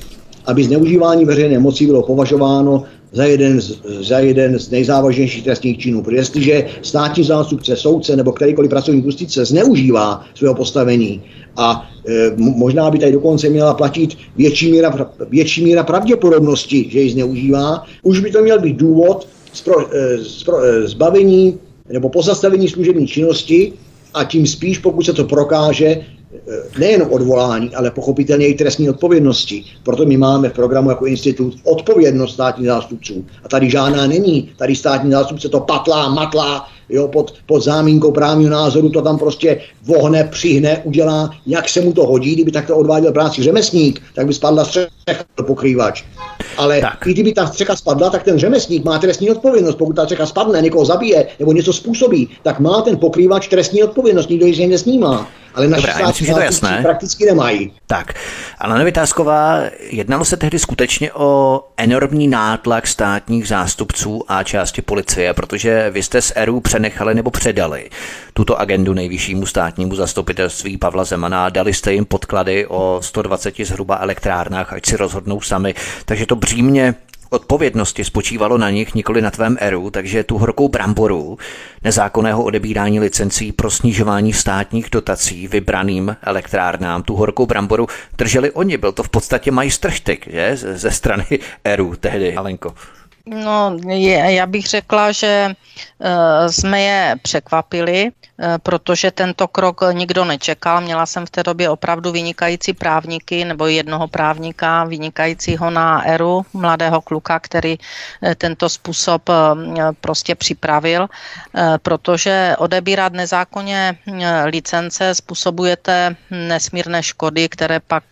aby zneužívání veřejné moci bylo považováno za jeden z nejzávažnějších trestných činů. Protože jestliže státní zástupce, soudce nebo kterýkoliv pracovník justice zneužívá svého postavení a možná by tady dokonce měla platit větší míra pravděpodobnosti, že ji zneužívá, už by to měl být důvod zbavení nebo pozastavení služební činnosti a tím spíš, pokud se to prokáže, nejen odvolání, ale pochopitelně i trestní odpovědnosti. Proto my máme v programu jako institut odpovědnost státních zástupců. A tady žádná není. Tady státní zástupce to matlá, jo, pod zámínkou právního názoru to tam prostě vohne, přihne, udělá, jak se mu to hodí. Kdyby takto odváděl práci řemeslník, tak by spadla střecha pokrývač. Ale i kdyby ta střecha spadla, tak ten řemeslník má trestní odpovědnost. Pokud ta střecha spadne, někoho zabije nebo něco způsobí, tak má ten pokrývač trestní odpovědnost. Nikdo ji nesnímá. Ale naši státní zástupci prakticky nemají. Tak, Alena Vytázková, jednalo se tehdy skutečně o enormní nátlak státních zástupců a části policie, protože vy jste z ERÚ přenechali nebo předali tuto agendu nejvyššímu státnímu zastupitelství Pavla Zemana a dali jste jim podklady o 120 zhruba elektrárnách, ať si rozhodnou sami. Takže to břímě odpovědnosti spočívalo na nich, nikoli na tvém ERÚ, takže tu horkou bramboru nezákonného odebírání licencí pro snižování státních dotací vybraným elektrárnám, tu horkou bramboru drželi oni. Byl to v podstatě majstrštyk, že? Ze strany ERÚ tehdy, Alenko. No, já bych řekla, že jsme je překvapili, protože tento krok nikdo nečekal. Měla jsem v té době opravdu vynikající právníky, nebo jednoho právníka vynikajícího na ERÚ, mladého kluka, který tento způsob prostě připravil, protože odebírat nezákonně licence způsobujete nesmírné škody, které pak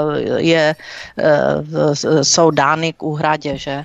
jsou dány k úhradě, že?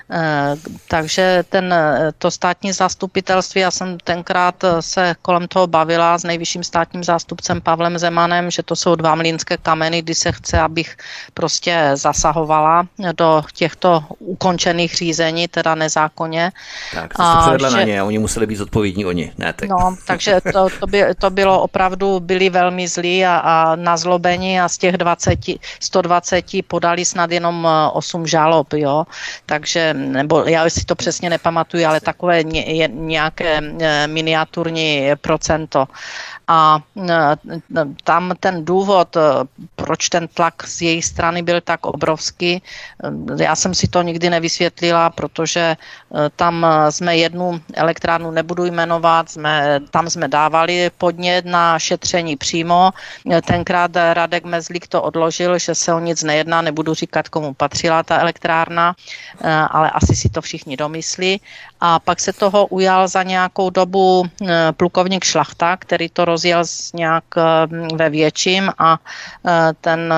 Takže to státní zastupitelství, já jsem tenkrát se kolem toho bavila s nejvyšším státním zástupcem Pavlem Zemanem, že to jsou 2 mlýnské kameny, kdy se chce, abych prostě zasahovala do těchto ukončených řízení, teda nezákonně. Tak, to jste předvedla na ně a oni museli být zodpovědní oni, ne ty. No, takže to bylo opravdu, byli velmi zlí a nazlobení a z těch 120 podali snad jenom 8 žalob, jo, takže nebo já si to přesně nepamatuju, ale takové nějaké miniaturní procento. A tam ten důvod, proč ten tlak z její strany byl tak obrovský, já jsem si to nikdy nevysvětlila, protože tam jsme jednu elektrárnu, nebudu jmenovat, tam jsme dávali podnět na šetření přímo. Tenkrát Radek Mezlík to odložil, že se o nic nejedná, nebudu říkat, komu patřila ta elektrárna, ale asi si to všichni domyslí. A pak se toho ujal za nějakou dobu plukovník Šlachta, který to rozjel nějak ve větším a ten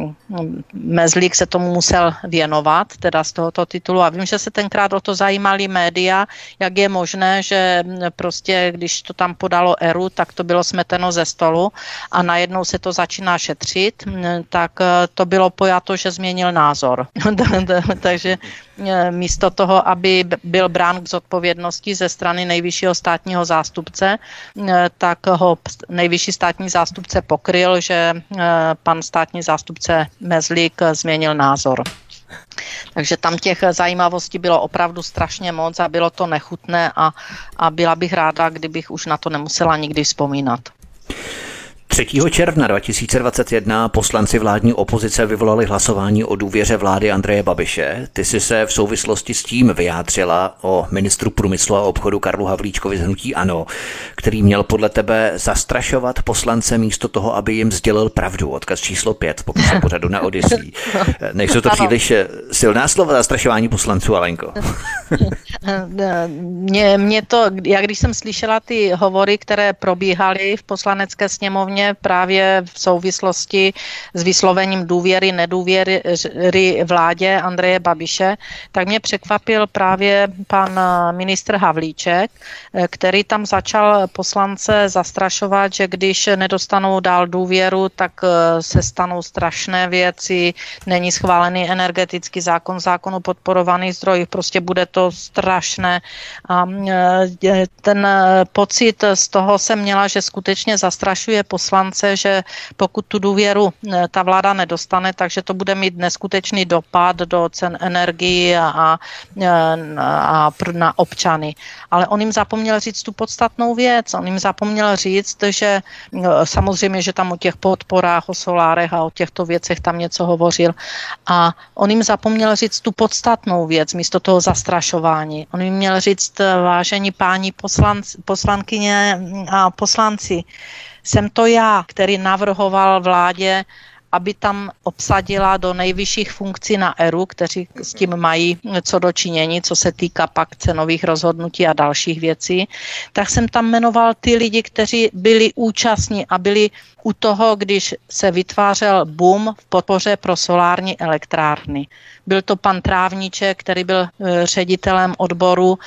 Mezlík se tomu musel věnovat, teda z tohoto titulu. A vím, že se tenkrát o to zajímali média, jak je možné, že prostě, když to tam podalo ERÚ, tak to bylo smeteno ze stolu a najednou se to začíná šetřit, tak to bylo pojato, že změnil názor. Takže místo toho, aby byl brán k zodpovědnosti ze strany nejvyššího státního zástupce, tak ho nejvyšší státní zástupce pokryl, že pan státní zástupce Mezlík změnil názor. Takže tam těch zajímavostí bylo opravdu strašně moc a bylo to nechutné a byla bych ráda, kdybych už na to nemusela nikdy vzpomínat. 3. června 2021 poslanci vládní opozice vyvolali hlasování o důvěře vlády Andreje Babiše. Ty jsi se v souvislosti s tím vyjádřila o ministru průmyslu a obchodu Karlu Havlíčkovi z hnutí ANO, který měl podle tebe zastrašovat poslance místo toho, aby jim sdělil pravdu. Odkaz číslo 5, pokud se pořadu na Odyssey. Nejsou to příliš silná slova zastrašování poslanců, Alenko? Mě to, já když jsem slyšela ty hovory, které probíhaly v poslanecké sněmovně právě v souvislosti s vyslovením důvěry, nedůvěry vládě Andreje Babiše, tak mě překvapil právě pan ministr Havlíček, který tam začal poslance zastrašovat, že když nedostanou dál důvěru, tak se stanou strašné věci, není schválený energetický zákon o podporovaných zdrojích, prostě bude to strašné. A ten pocit z toho jsem měla, že skutečně zastrašuje poslance poslance, že pokud tu důvěru ta vláda nedostane, takže to bude mít neskutečný dopad do cen energií a na občany. Ale on jim zapomněl říct tu podstatnou věc. On jim zapomněl říct, že samozřejmě, že tam o těch podporách, o solárech a o těchto věcech tam něco hovořil. A on jim zapomněl říct tu podstatnou věc místo toho zastrašování. On jim měl říct, vážení páni poslankyně a poslanci, jsem to já, který navrhoval vládě, aby tam obsadila do nejvyšších funkcí na ERU, kteří s tím mají co dočinění, co se týká pak cenových rozhodnutí a dalších věcí, tak jsem tam jmenoval ty lidi, kteří byli účastní a byli u toho, když se vytvářel boom v podpoře pro solární elektrárny. Byl to pan Trávníček, který byl ředitelem odboru,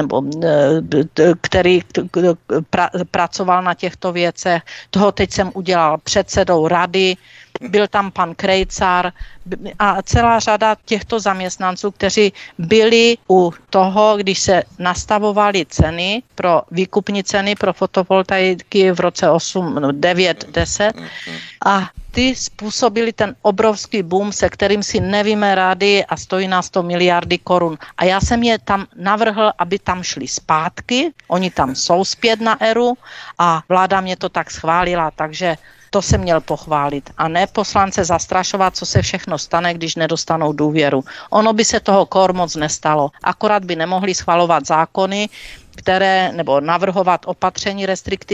který pracoval na těchto věcech. Toho teď jsem udělal předsedou rady. Byl tam pan Krejcar a celá řada těchto zaměstnanců, kteří byli u toho, když se nastavovaly ceny pro výkupní ceny pro fotovoltaiky v roce 8, 9, 10 a ty způsobili ten obrovský boom, se kterým si nevíme rady a stojí nás to miliardy korun. A já jsem je tam navrhl, aby tam šli zpátky, oni tam jsou zpět na ERU a vláda mě to tak schválila, takže to se měl pochválit a ne poslance zastrašovat, co se všechno stane, když nedostanou důvěru. Ono by se toho moc nestalo. Akorát by nemohli schvalovat zákony, nebo navrhovat opatření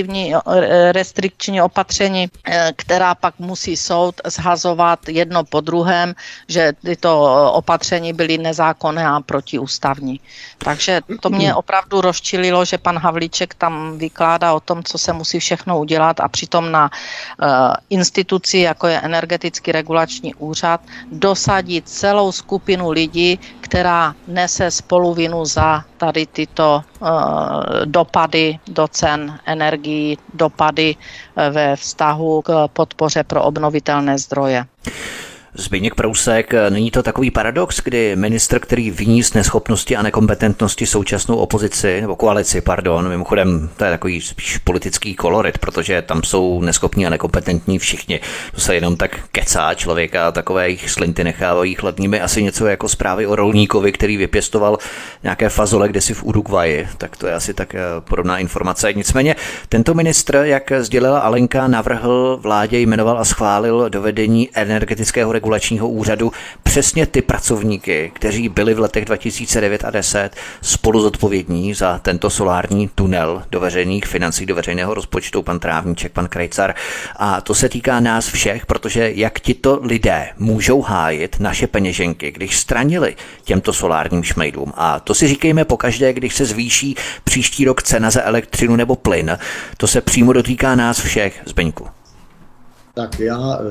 restrikční opatření, která pak musí soud zhazovat jedno po druhém, že tyto opatření byly nezákonné a protiústavní. Takže to mě opravdu rozčililo, že pan Havlíček tam vykládá o tom, co se musí všechno udělat a přitom na instituci, jako je Energetický regulační úřad, dosadit celou skupinu lidí, která nese spoluvinu za tady tyto dopady do cen energií, dopady ve vztahu k podpoře pro obnovitelné zdroje. Zbyněk Prousek, není to takový paradox, kdy ministr, který viní z neschopnosti a nekompetentnosti současnou opozici, nebo koalici, mimochodem to je takový spíš politický kolorit, protože tam jsou neschopní a nekompetentní všichni. To se jenom tak kecá člověka a takové jich slinty nechávají chladnými. Asi něco jako zprávy o rolníkovi, který vypěstoval nějaké fazole kdesi v Uruguayi, tak to je asi tak podobná informace. Nicméně tento ministr, jak sdělila Alenka, navrhl vládě, jmenoval a schválil do vedení Energetického regulačního úřadu přesně ty pracovníky, kteří byli v letech 2009 a 10 spolu zodpovědní za tento solární tunel do veřejných financí, do veřejného rozpočtu, pan Trávníček, pan Krejcar. A to se týká nás všech, protože jak tito lidé můžou hájit naše peněženky, když stranili těmto solárním šmejdům. A to si říkejme pokaždé, když se zvýší příští rok cena za elektřinu nebo plyn. To se přímo dotýká nás všech, Zbyňku. Tak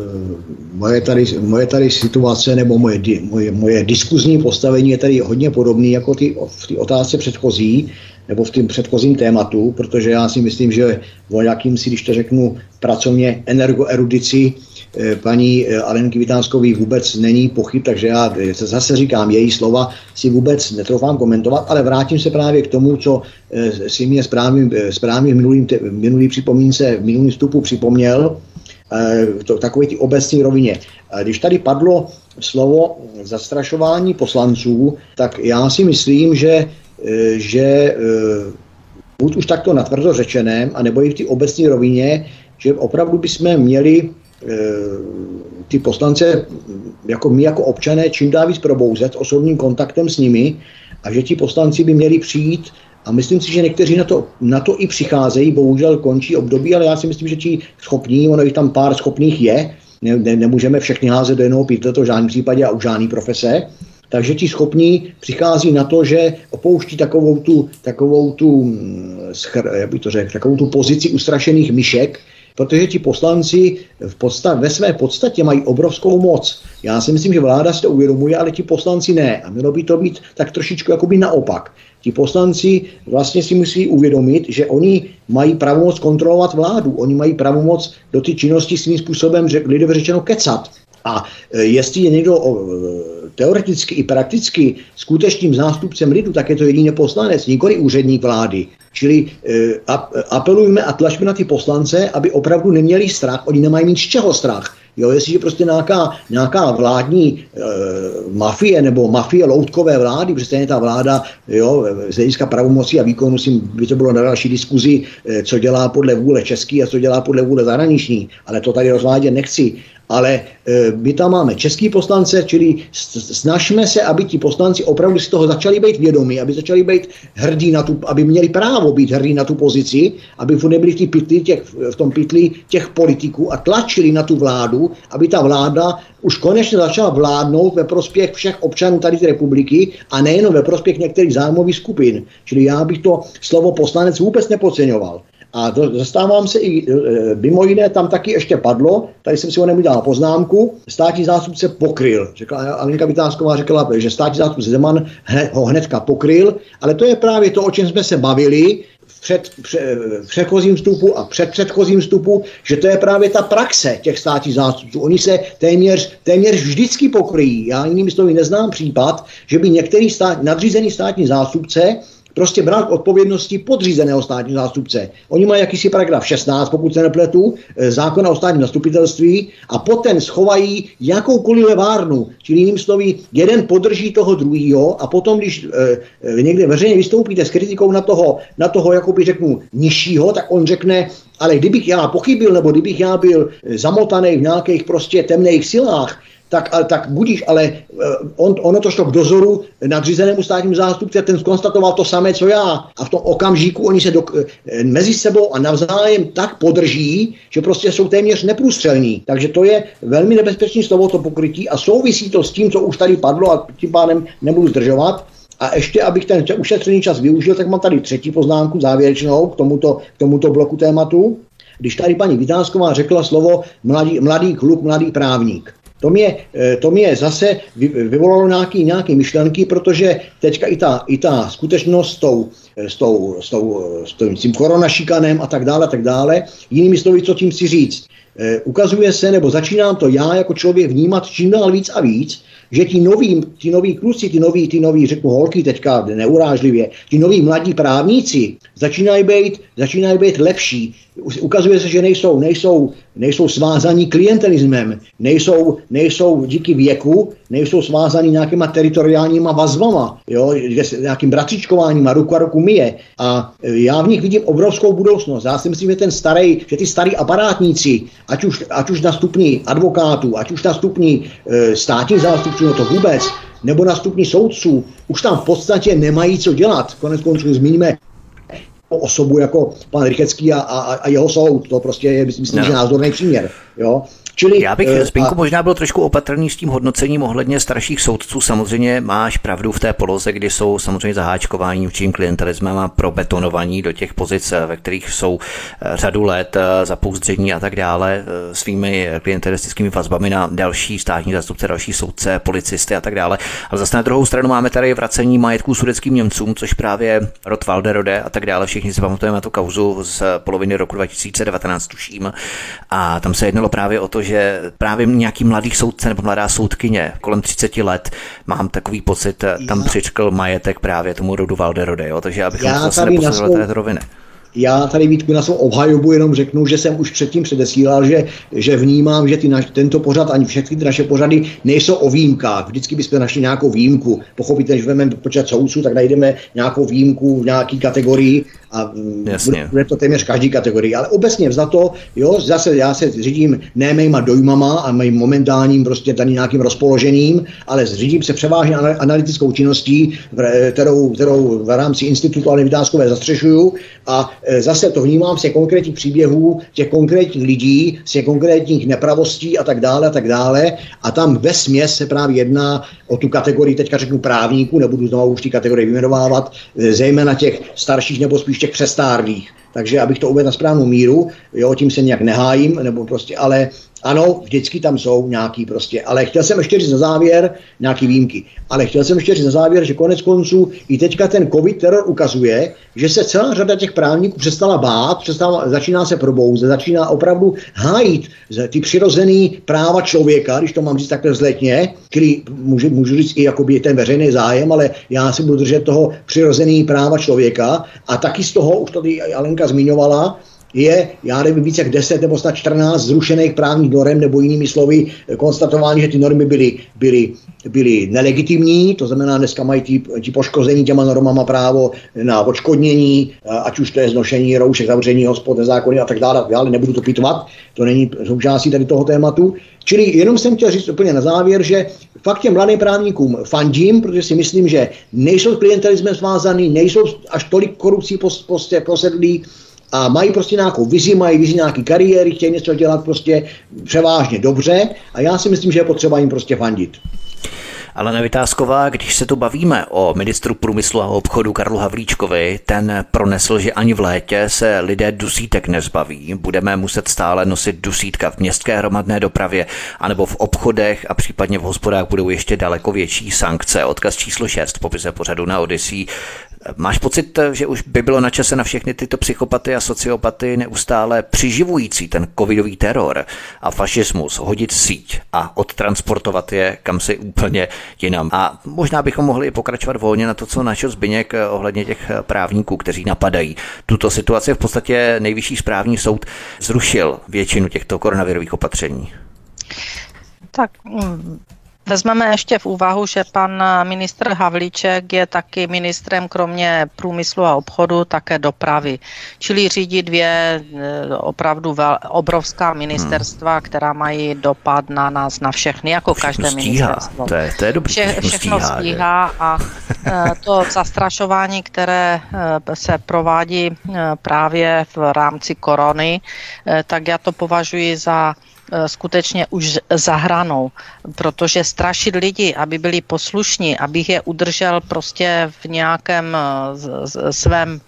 moje tady situace nebo moje diskuzní postavení je tady hodně podobný jako v té otázce předchozí, nebo v tom předchozím tématu, protože já si myslím, že o jakýmsi, když to řeknu pracovně, energoerudici paní Alenky Vitánskové vůbec není pochyb, takže já zase říkám, její slova si vůbec netroufám komentovat, ale vrátím se právě k tomu, co si mě správně v minulý vstupu připomněl, takové ty obecné rovině. Když tady padlo slovo zastrašování poslanců, tak já si myslím, že buď už takto natvrdo řečeném, anebo i v té obecné rovině, že opravdu bychom měli ty poslance, jako my jako občané, čím dál víc probouzet osobním kontaktem s nimi a že ti poslanci by měli přijít. A myslím si, že někteří na to i přicházejí, bohužel končí období, ale já si myslím, že ti schopní, ono jich tam pár schopných je, nemůžeme všechny házet do jednoho pytle, to v žádném případě a u žádné profese, takže ti schopní přichází na to, že opouští takovou tu pozici ustrašených myšek, protože ti poslanci ve své podstatě mají obrovskou moc. Já si myslím, že vláda si to uvědomuje, ale ti poslanci ne. A mělo by to být tak trošičku jakoby naopak. Ti poslanci vlastně si musí uvědomit, že oni mají pravomoc kontrolovat vládu. Oni mají pravomoc do ty činnosti svým způsobem lidově řečeno kecat. A jestli je někdo teoreticky i prakticky skutečným zástupcem lidu, tak je to jediný poslanec, nikoli úředník vlády. Čili apelujme a tlačme na ty poslance, aby opravdu neměli strach, oni nemají mít z čeho strach. Jo, jestliže prostě nějaká vládní mafie nebo mafie loutkové vlády, protože ta vláda, jo, z hlediska pravomocí a výkonu by to bylo na další diskuzi, co dělá podle vůle český a co dělá podle vůle zahraniční, ale to tady rozvádět nechci. Ale my tam máme český poslance, čili snažme se, aby ti poslanci opravdu si toho začali být vědomí, aby začali být hrdí na tu, aby měli právo být hrdí na tu pozici, aby nebyli v tom pytli těch politiků a tlačili na tu vládu, aby ta vláda už konečně začala vládnout ve prospěch všech občanů tady z republiky a nejen ve prospěch některých zájmových skupin. Čili já bych to slovo poslanec vůbec nepodceňoval. A zastávám se i, mimo jiné, tam taky ještě padlo, tady jsem si o něm udělal poznámku, státní zástupce pokryl. Alenka Vitásková řekla, že státní zástupce Zeman ho hnedka pokryl, ale to je právě to, o čem jsme se bavili v předchozím vstupu a předchozím vstupu, že to je právě ta praxe těch státních zástupců. Oni se téměř vždycky pokryjí. Já jinými slovy neznám případ, že by některý nadřízený státní zástupce prostě bral k odpovědnosti podřízeného státního zástupce. Oni mají jakýsi paragraf 16, pokud se nepletu, zákona o státním zastupitelství a potom schovají jakoukoliv levárnu. Čili jiným slovy, jeden podrží toho druhýho a potom, když někde veřejně vystoupíte s kritikou na toho jakoby řeknu, nižšího, tak on řekne, ale kdybych já pochybil, nebo kdybych já byl zamotaný v nějakých prostě temných silách, tak budíš, ale ono to šlo k dozoru nadřízenému státnímu zástupci, ten konstatoval to samé, co já. A v tom okamžiku oni se mezi sebou a navzájem tak podrží, že prostě jsou téměř neprůstřelní. Takže to je velmi nebezpečný slovo, to pokrytí a souvisí to s tím, co už tady padlo a tím pádem nebudu zdržovat. A ještě, abych ten ušetřený čas využil, tak mám tady třetí poznámku závěrečnou k tomuto bloku tématu. Když tady paní Vitásková řekla slovo mladý kluk, mladý právník. To mě zase vyvolalo nějaké myšlenky, protože teďka i ta skutečnost s tím koronašikanem a tak dále, jinými slovy, co tím chci říct. Ukazuje se, nebo začínám to já jako člověk vnímat čím dál víc a víc, že ti noví kluci, ty noví řeknu holky teďka neurážlivě, ti noví mladí právníci začínají být lepší. Ukazuje se, že nejsou svázaní klientelismem, nejsou díky věku, nejsou svázaní nějakýma teritoriálníma vazbama, jo, nějakým bratřičkováním a ruku a ruku myje. A já v nich vidím obrovskou budoucnost. Já si myslím, že ty starý aparátníci, ať už na stupni advokátů, ať už na stupni státních zástupců, no to vůbec, nebo na stupni soudců, už tam v podstatě nemají co dělat. Konec konců zmíníme osobu jako pan Rychecký a jeho soud. To prostě je, myslím, že názorný příměr. Jo? Čili, já bych, Zbyňku, možná byl trošku opatrný s tím hodnocením ohledně starších soudců. Samozřejmě máš pravdu v té poloze, kdy jsou samozřejmě zaháčkováni určitým klientelismem a probetonovaní do těch pozic, ve kterých jsou řadu let zapouzdření a tak dále svými klientelistickými vazbami na další státní zástupce, další soudce, policisty a tak dále. Ale zase na druhou stranu máme tady vracení majetků sudetským Němcům, což právě rod Walderode a tak dále. Všichni si pamatujeme na tu kauzu z poloviny roku 2019, tuším. A tam se jednalo právě o to, že právě nějaký mladý soudce nebo mladá soudkyně kolem 30 let, mám takový pocit, tam přičkl majetek právě tomu rodu Walderode, jo? Takže abychom se zase neposadili této roviny. Já tady, Vítku, na svou obhajobu jenom řeknu, že jsem už předtím předesílal, že vnímám, že tento pořad ani všechny ty naše pořady nejsou o výjimkách. Vždycky bychom našli nějakou výjimku. Pochopíte, že vezmeme počet soudců, tak najdeme nějakou výjimku v nějaké kategorii a bude to téměř každý kategorii. Ale obecně vzato, jo, zase já se řídím ne mýma dojmama a mým momentálním prostě tady nějakým rozpoložením, ale řídím se převážně analytickou činností, kterou v rámci institutu Aleny Vitáskové zastřešuju a zase to vnímám z těch konkrétních příběhů, těch konkrétních lidí, z těch konkrétních nepravostí a tak dále. A tam vesměs se právě jedná o tu kategorii, teďka řeknu právníků, nebudu znovu už ty kategorie vyjmenovávat, zejména těch starších nebo spíš těch přestárlých. Takže abych to uvedl na správnou míru, jo, tím se nějak nehájím, nebo prostě, ale Ano, vždycky tam jsou nějaký prostě, ale chtěl jsem ještě říct na závěr, nějaký výjimky, ale chtěl jsem ještě říct na závěr, že konec konců i teďka ten covid teror ukazuje, že se celá řada těch právníků přestala bát, začíná se probouzet, začíná opravdu hájit ty přirozený práva člověka, když to mám říct takhle vzletně, který můžu říct i jakoby ten veřejný zájem, ale já si budu držet toho přirozený práva člověka a taky z toho, už tady Alenka zmiňovala, je, já nevím, víc jak 10 nebo snad 14 zrušených právních norem, nebo jinými slovy konstatování, že ty normy byly nelegitimní, to znamená, dneska mají ti poškození těma normama právo na odškodnění, ať už to je znošení roušek, zavření hospod, nezákonný a tak dále, ale nebudu to pitvat, to není součástí tady toho tématu. Čili jenom jsem chtěl říct úplně na závěr, že fakt těm mladým právníkům fandím, protože si myslím, že nejsou s klientelismem svázaný, nejsou až tolik korupcí posedlí, a mají prostě nějakou vizi, mají vizi nějaký kariéry, chtějí něco dělat prostě převážně dobře a já si myslím, že je potřeba jim prostě fandit. Alena Vitásková, když se tu bavíme o ministru průmyslu a obchodu Karlu Havlíčkovi, ten pronesl, že ani v létě se lidé dusítek nezbaví. Budeme muset stále nosit dusítka v městské hromadné dopravě anebo v obchodech a případně v hospodách budou ještě daleko větší sankce. Odkaz číslo 6 v popise pořadu na Odyssey. Máš pocit, že už by bylo na čase na všechny tyto psychopaty a sociopaty neustále přiživující ten covidový teror a fašismus hodit síť a odtransportovat je kam si úplně jinam? A možná bychom mohli i pokračovat volně na to, co načal Zbyněk ohledně těch právníků, kteří napadají tuto situaci. V podstatě Nejvyšší správní soud zrušil většinu těchto koronavirových opatření. Tak vezmeme ještě v úvahu, že pan ministr Havlíček je taky ministrem kromě průmyslu a obchodu také dopravy. Čili řídí dvě opravdu obrovská ministerstva, která mají dopad na nás, na všechny, jako každé ministerstvo. To je dobrý. Všechno stíhá a to zastrašování, které se provádí právě v rámci korony, tak já to považuji za skutečně už za hranou, protože strašit lidi, aby byli poslušní, abych je udržel prostě v nějakém svém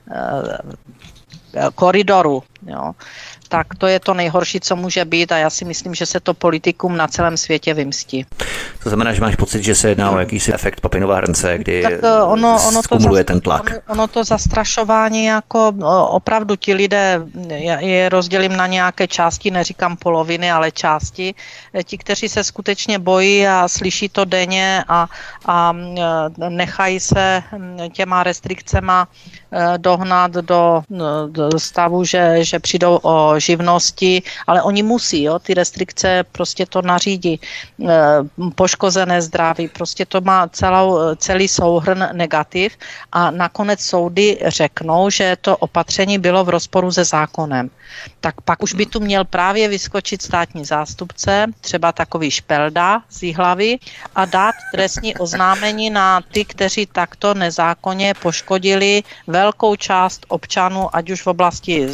koridoru, jo, tak to je to nejhorší, co může být a já si myslím, že se to politikům na celém světě vymstí. To znamená, že máš pocit, že se jedná o jakýsi efekt Papinova hrnce, kdy zkumuluje ten tlak. Ono to zastrašování, jako opravdu ti lidé, je rozdělím na nějaké části, neříkám poloviny, ale části, ti, kteří se skutečně bojí a slyší to denně a nechají se těma restrikcema dohnat do stavu, že přijdou o živnosti, ale oni musí, jo, ty restrikce prostě to nařídí. Poškozené zdraví, prostě to má celý souhrn negativ a nakonec soudy řeknou, že to opatření bylo v rozporu se zákonem. Tak pak už by tu měl právě vyskočit státní zástupce, třeba takový Špelda z Jihlavy a dát trestní oznámení na ty, kteří takto nezákonně poškodili velkou část občanů, ať už v oblasti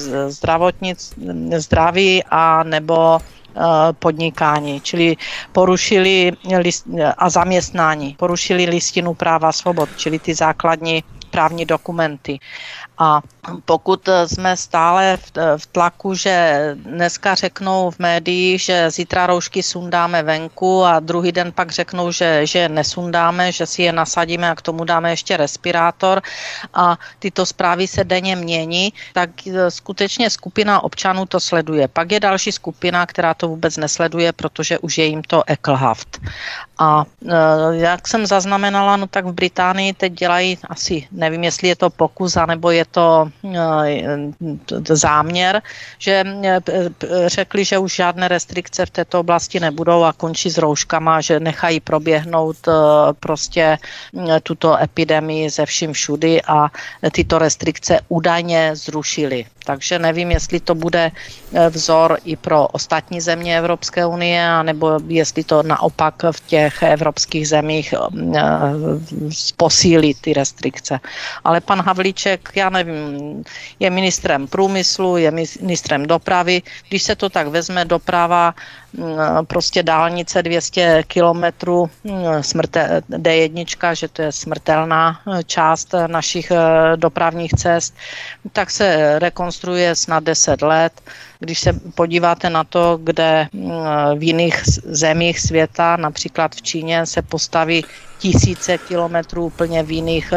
zdraví a nebo podnikání, čili porušili a zaměstnání, porušili listinu práva svobod, čili ty základní právní dokumenty. A pokud jsme stále v tlaku, že dneska řeknou v médiích, že zítra roušky sundáme venku a druhý den pak řeknou, že nesundáme, že si je nasadíme a k tomu dáme ještě respirátor a tyto zprávy se denně mění, tak skutečně skupina občanů to sleduje. Pak je další skupina, která to vůbec nesleduje, protože už je jim to ekelhaft. A jak jsem zaznamenala, no tak v Británii teď dělají asi, nevím, jestli je to pokus, anebo je to záměr, že řekli, že už žádné restrikce v této oblasti nebudou a končí s rouškama, že nechají proběhnout prostě tuto epidemii ze vším všudy a tyto restrikce údajně zrušili. Takže nevím, jestli to bude vzor i pro ostatní země Evropské unie, anebo jestli to naopak v těch evropských zemích posílí ty restrikce. Ale pan Havlíček, já nevím, je ministrem průmyslu, je ministrem dopravy. Když se to tak vezme, doprava prostě dálnice 200 kilometrů D1, že to je smrtelná část našich dopravních cest, tak se rekonstruuje snad 10 let. Když se podíváte na to, kde v jiných zemích světa, například v Číně, se postaví tisíce kilometrů úplně v jiných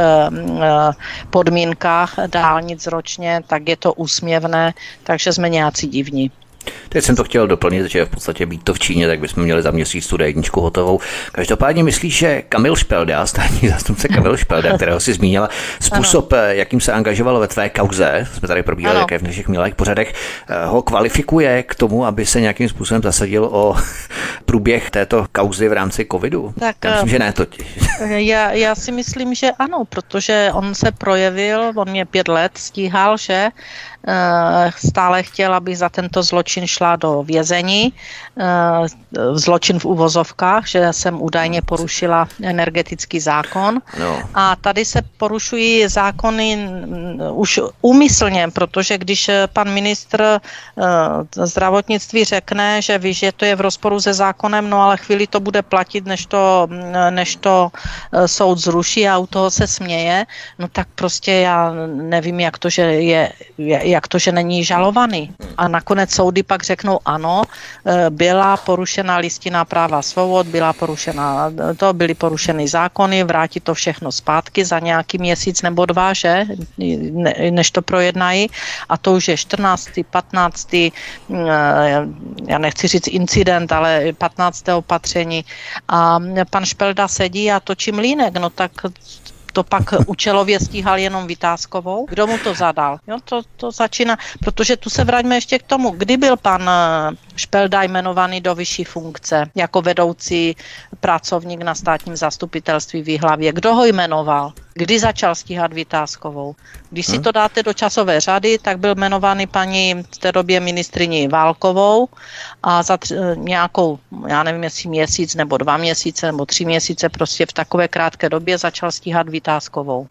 podmínkách dálnic ročně, tak je to úsměvné, takže jsme nějací divní. Teď jsem to chtěl doplnit, že v podstatě být to v Číně, tak bychom měli za měsíc tu D1 hotovou. Každopádně myslíš, že Kamil Špelda, státní zástupce Kamil Špelda, kterého si zmínila, způsob, jakým se angažoval ve tvé kauze, jsme tady probíhali jaké v našich milých pořadech, ho kvalifikuje k tomu, aby se nějakým způsobem zasadil o průběh této kauzy v rámci covidu? Tak, já myslím, že ne totiž. Já si myslím, že ano, protože on se projevil, on mě 5 let stíhal, že stále chtěl, aby za tento zločin šla do vězení. Zločin v uvozovkách, že jsem údajně porušila energetický zákon. No. A tady se porušují zákony už úmyslně, protože když pan ministr zdravotnictví řekne, že ví, že to je v rozporu se zákonem, no ale chvíli to bude platit, než to soud zruší a u toho se směje, no tak prostě já nevím, jak to, že není žalovaný. A nakonec soudy pak řeknou ano, byla porušena listina práva svobod, byly porušeny zákony, vrátí to všechno zpátky za nějaký měsíc nebo 2, že? Než to projednají. A to už je 14., 15., já nechci říct incident, ale 15. opatření. A pan Špelda sedí a točí mlýnek, no tak to pak účelově stíhal jenom Vitáskovou. Kdo mu to zadal? Jo, to začíná, protože tu se vraťme ještě k tomu, kdy byl pan Špelda jmenovaný do vyšší funkce jako vedoucí pracovník na státním zastupitelství v Jihlavě. Kdo ho jmenoval? Kdy začal stíhat Vitáskovou? Když si to dáte do časové řady, tak byl jmenovaný paní v té době ministryni Válkovou a za nějakou, já nevím, jestli měsíc nebo 2 měsíce nebo 3 měsíce, prostě v takové krátké době začal stíhat Vitáskovou.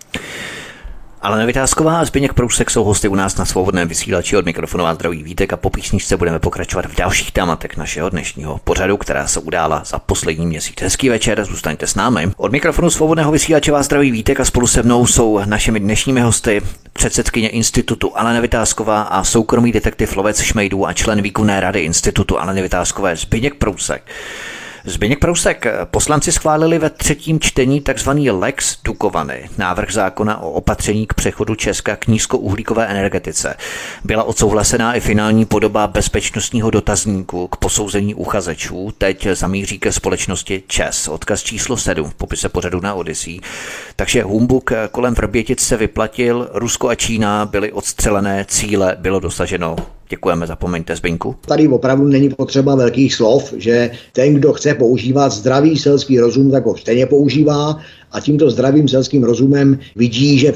Alena Vitásková a Zbyněk Prousek jsou hosty u nás na Svobodném vysílači. Od mikrofonu vás zdraví Vítek a po písničce budeme pokračovat v dalších tématech našeho dnešního pořadu, která se udála za poslední měsíc. Hezký večer, zůstaňte s námi. Od mikrofonu Svobodného vysílače vás zdraví Vítek a spolu se mnou jsou našimi dnešními hosty předsedkyně institutu Alena Vitásková a soukromý detektiv lovec šmejdů a člen výkonné rady institutu Aleny Vitáskové Zbyněk Prousek. Zbyněk Prousek, poslanci schválili ve 3. čtení takzvaný Lex Dukovany, návrh zákona o opatření k přechodu Česka k nízkouhlíkové energetice. Byla odsouhlasená i finální podoba bezpečnostního dotazníku k posouzení uchazečů, teď zamíří ke společnosti ČEZ, odkaz číslo 7 v popise pořadu na Odyssey. Takže humbuk kolem Vrbětic se vyplatil, Rusko a Čína byly odstřelené, cíle bylo dosaženo. Děkujeme, zapomeňte, Zbyňku. Tady opravdu není potřeba velkých slov, že ten, kdo chce používat zdravý selský rozum, tak ho stejně používá a tímto zdravým selským rozumem vidí, že v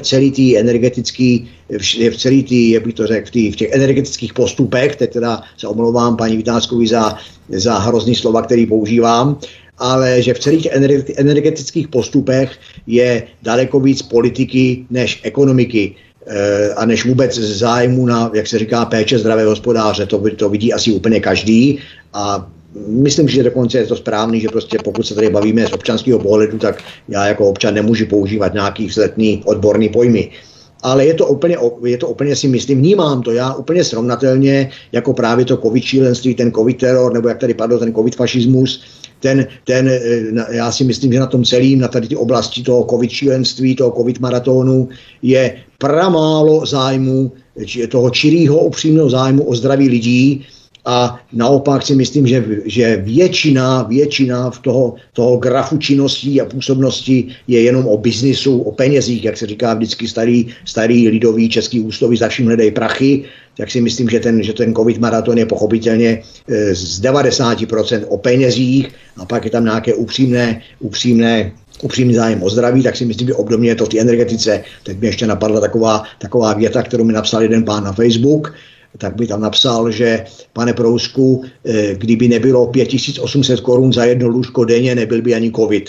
těch energetických postupech, teď teda se omlouvám paní Vitáskovi za hrozný slova, který používám, ale že v celých energetických postupech je daleko víc politiky než ekonomiky. A než vůbec zájmu na, jak se říká, péče zdravého hospodáře, to vidí asi úplně každý a myslím, že dokonce je to správný, že prostě pokud se tady bavíme z občanského pohledu, tak já jako občan nemůžu používat nějaký vzletný odborný pojmy. Ale je to úplně si myslím, vnímám to já úplně srovnatelně jako právě to covid šílenství, ten covid teror, nebo jak tady padl ten covid fašismus, já si myslím, že na tom celým, na tady ty oblasti toho covid šílenství, toho covid maratonu je pramálo zájmu, toho čirýho upřímného zájmu o zdraví lidí a naopak si myslím, že většina v toho grafu činností a působnosti je jenom o biznisu, o penězích, jak se říká vždycky starý lidový český úsloví, za vším hledej prachy, tak si myslím, že ten covid maraton je pochopitelně z 90% o penězích a pak je tam nějaké upřímný zájem o zdraví, tak si myslím, že obdobně je to v té energetice. Teď mi ještě napadla taková věta, kterou mi napsal jeden pán na Facebook, tak by tam napsal, že pane Prousku, kdyby nebylo 5800 korun za jedno lůžko denně, nebyl by ani covid.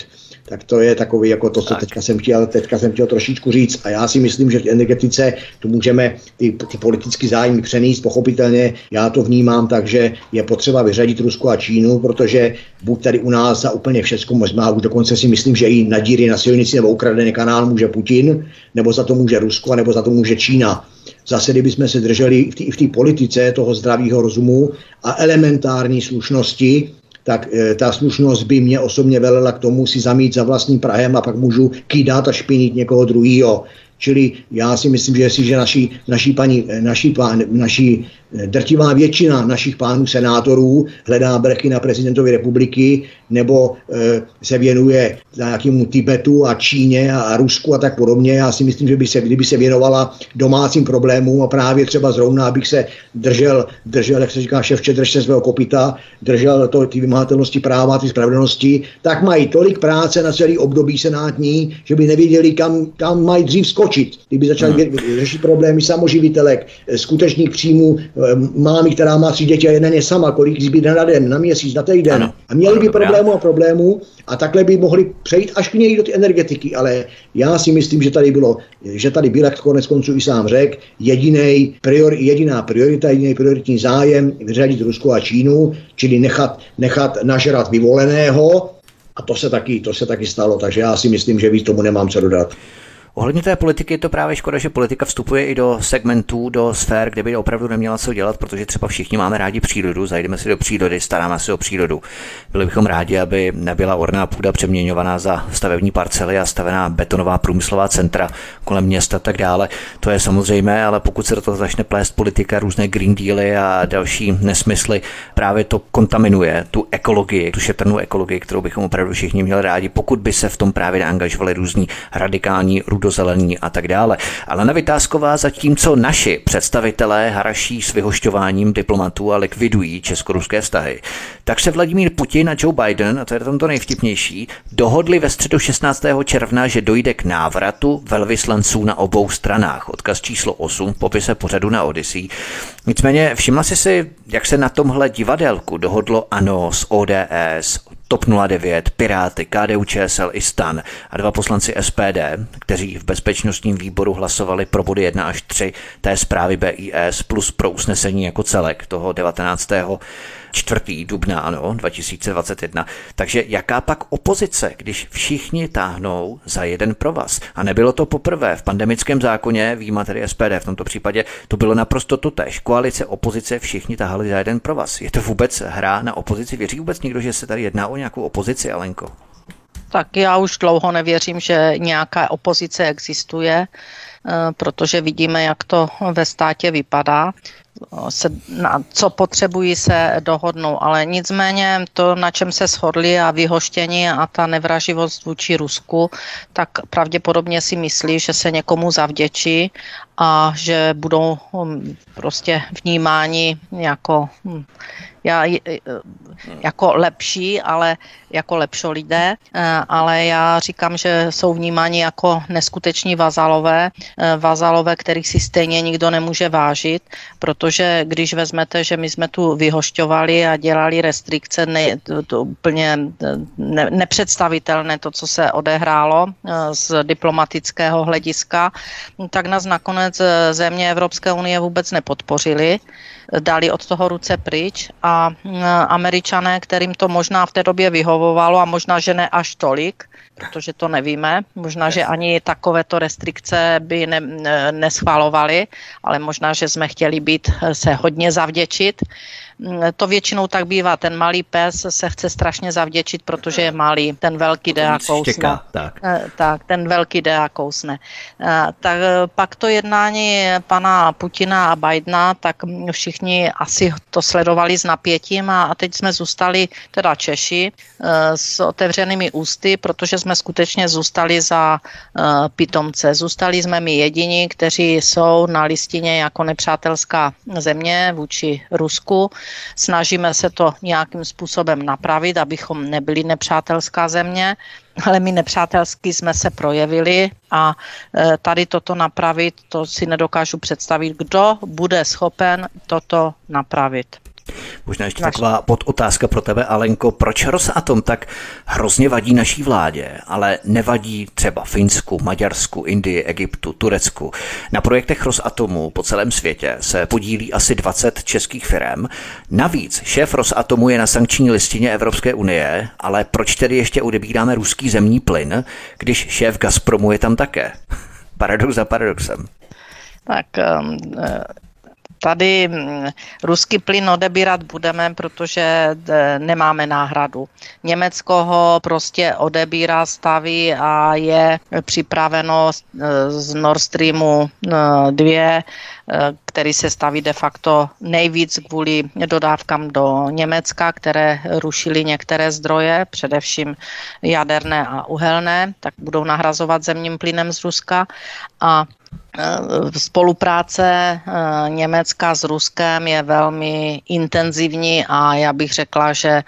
Tak to je takový, jako to, co teďka jsem chtěl trošičku říct. A já si myslím, že v energetice tu můžeme ty politické zájmy přenést, pochopitelně. Já to vnímám tak, že je potřeba vyřadit Rusko a Čínu, protože buď tady u nás za úplně všecko, možná už dokonce si myslím, že i na díry na silnici nebo ukradený kanál může Putin, nebo za to může Rusko, nebo za to může Čína. Zase, kdybychom se drželi v té politice toho zdravého rozumu a elementární slušnosti, tak ta slušnost by mě osobně velela k tomu si zamít za vlastním prahem a pak můžu kýdat a špinit někoho druhýho. Čili já si myslím, že jestliže naší drtivá většina našich pánů senátorů hledá brechy na prezidentovi republiky nebo se věnuje nějakému Tibetu a Číně a Rusku a tak podobně. Já si myslím, že kdyby se věnovala domácím problémům a právě třeba zrovna, abych se držel, jak se říká ševče, drž se svého kopyta, držel ty vymahatelnosti práva, ty spravedlnosti, tak mají tolik práce na celý období senátní, že by nevěděli, kam mají dřív skočit. Kdyby začali řešit problémy samoživitelek, skutečných příjmů, mámy, která má 3 děti a jedna je sama, kolik zbyde na den, na měsíc, na týden. Ano. A měli by problémů a takhle by mohli přejít až k něj do ty energetiky. Ale já si myslím, že tady byl, jak konec konců i sám řekl, jediný prioritní zájem vyřadit Rusko a Čínu, čili nechat nažrat vyvoleného. A to se taky stalo, takže já si myslím, že víc tomu nemám co dodat. Ohledně té politiky je to právě škoda, že politika vstupuje i do segmentů, do sfér, kde by opravdu neměla co dělat, protože třeba všichni máme rádi přírodu, zajdeme si do přírody, staráme se o přírodu. Byli bychom rádi, aby nebyla orná půda přeměňovaná za stavební parcely a stavená betonová průmyslová centra kolem města a tak dále. To je samozřejmé, ale pokud se do toho začne plést politika, různé green dealy a další nesmysly, právě to kontaminuje tu ekologii, tu šetrnou ekologii, kterou bychom opravdu všichni měli rádi, pokud by se v tom právě neangažovali různí radikální rudozelení a tak dále. Alena Vitásková, zatímco naši představitelé haraší s vyhošťováním diplomatů a likvidují česko-ruské vztahy, tak se Vladimír Putin a Joe Biden, a to je tam to nejvtipnější, dohodli ve středu 16. června, že dojde k návratu velvyslanců na obou stranách. Odkaz číslo 8 v popise pořadu na Odyssey. Nicméně všimla jsi si, jak se na tomhle divadelku dohodlo ANO s ODS, TOP 09, Piráty, KDU-ČSL i STAN a 2 poslanci SPD, kteří v bezpečnostním výboru hlasovali pro body 1 až 3 té zprávy BIS plus pro usnesení jako celek toho 19. 4. dubna 2021. Takže jaká pak opozice, když všichni táhnou za jeden provaz? A nebylo to poprvé. V pandemickém zákoně, výjima tedy SPD v tomto případě, to bylo naprosto totéž. Koalice, opozice, všichni tahali za jeden provaz. Je to vůbec hra na opozici? Věří vůbec někdo, že se tady jedná o nějakou opozici, Alenko? Tak já už dlouho nevěřím, že nějaká opozice existuje, protože vidíme, jak to ve státě vypadá. Co potřebují se dohodnou, ale nicméně to, na čem se shodli a vyhoštění a ta nevraživost vůči Rusku, tak pravděpodobně si myslí, že se někomu zavděčí a že budou prostě vnímáni jako lepší, ale jako lepšolidé, ale já říkám, že jsou vnímáni jako neskuteční vazalové, kterých si stejně nikdo nemůže vážit, protože když vezmete, že my jsme tu vyhošťovali a dělali restrikce, to úplně nepředstavitelné to, co se odehrálo z diplomatického hlediska, tak nás nakonec země Evropské unie vůbec nepodpořili, dali od toho ruce pryč a Američané, kterým to možná v té době vyhovovalo a možná, že ne až tolik, protože to nevíme, možná, že ani takovéto restrikce by neschvalovali, ale možná, že jsme chtěli se hodně zavděčit. To většinou tak bývá, ten malý pes se chce strašně zavděčit, protože je malý, ten velký jde a kousne. Tak, ten velký jde a kousne. Tak pak to jednání pana Putina a Bidena, tak všichni asi to sledovali s napětím a teď jsme zůstali, teda Češi, s otevřenými ústy, protože jsme skutečně zůstali za pitomce. Zůstali jsme my jediní, kteří jsou na listině jako nepřátelská země vůči Rusku. Snažíme se to nějakým způsobem napravit, abychom nebyli nepřátelská země, ale my nepřátelsky jsme se projevili a tady toto napravit, to si nedokážu představit, kdo bude schopen toto napravit. Možná ještě taková podotázka pro tebe, Alenko. Proč Rosatom tak hrozně vadí naší vládě, ale nevadí třeba Finsku, Maďarsku, Indii, Egyptu, Turecku? Na projektech Rosatomu po celém světě se podílí asi 20 českých firem. Navíc šéf Rosatomu je na sankční listině Evropské unie, ale proč tedy ještě odebíráme ruský zemní plyn, když šéf Gazpromu je tam také? Paradox za paradoxem. Tak tady ruský plyn odebírat budeme, protože nemáme náhradu. Německo ho prostě odebírá, staví a je připraveno z Nord Streamu 2, který se staví de facto nejvíc kvůli dodávkám do Německa, které rušily některé zdroje, především jaderné a uhelné, tak budou nahrazovat zemním plynem z Ruska. A spolupráce Německa s Ruskem je velmi intenzivní a já bych řekla, že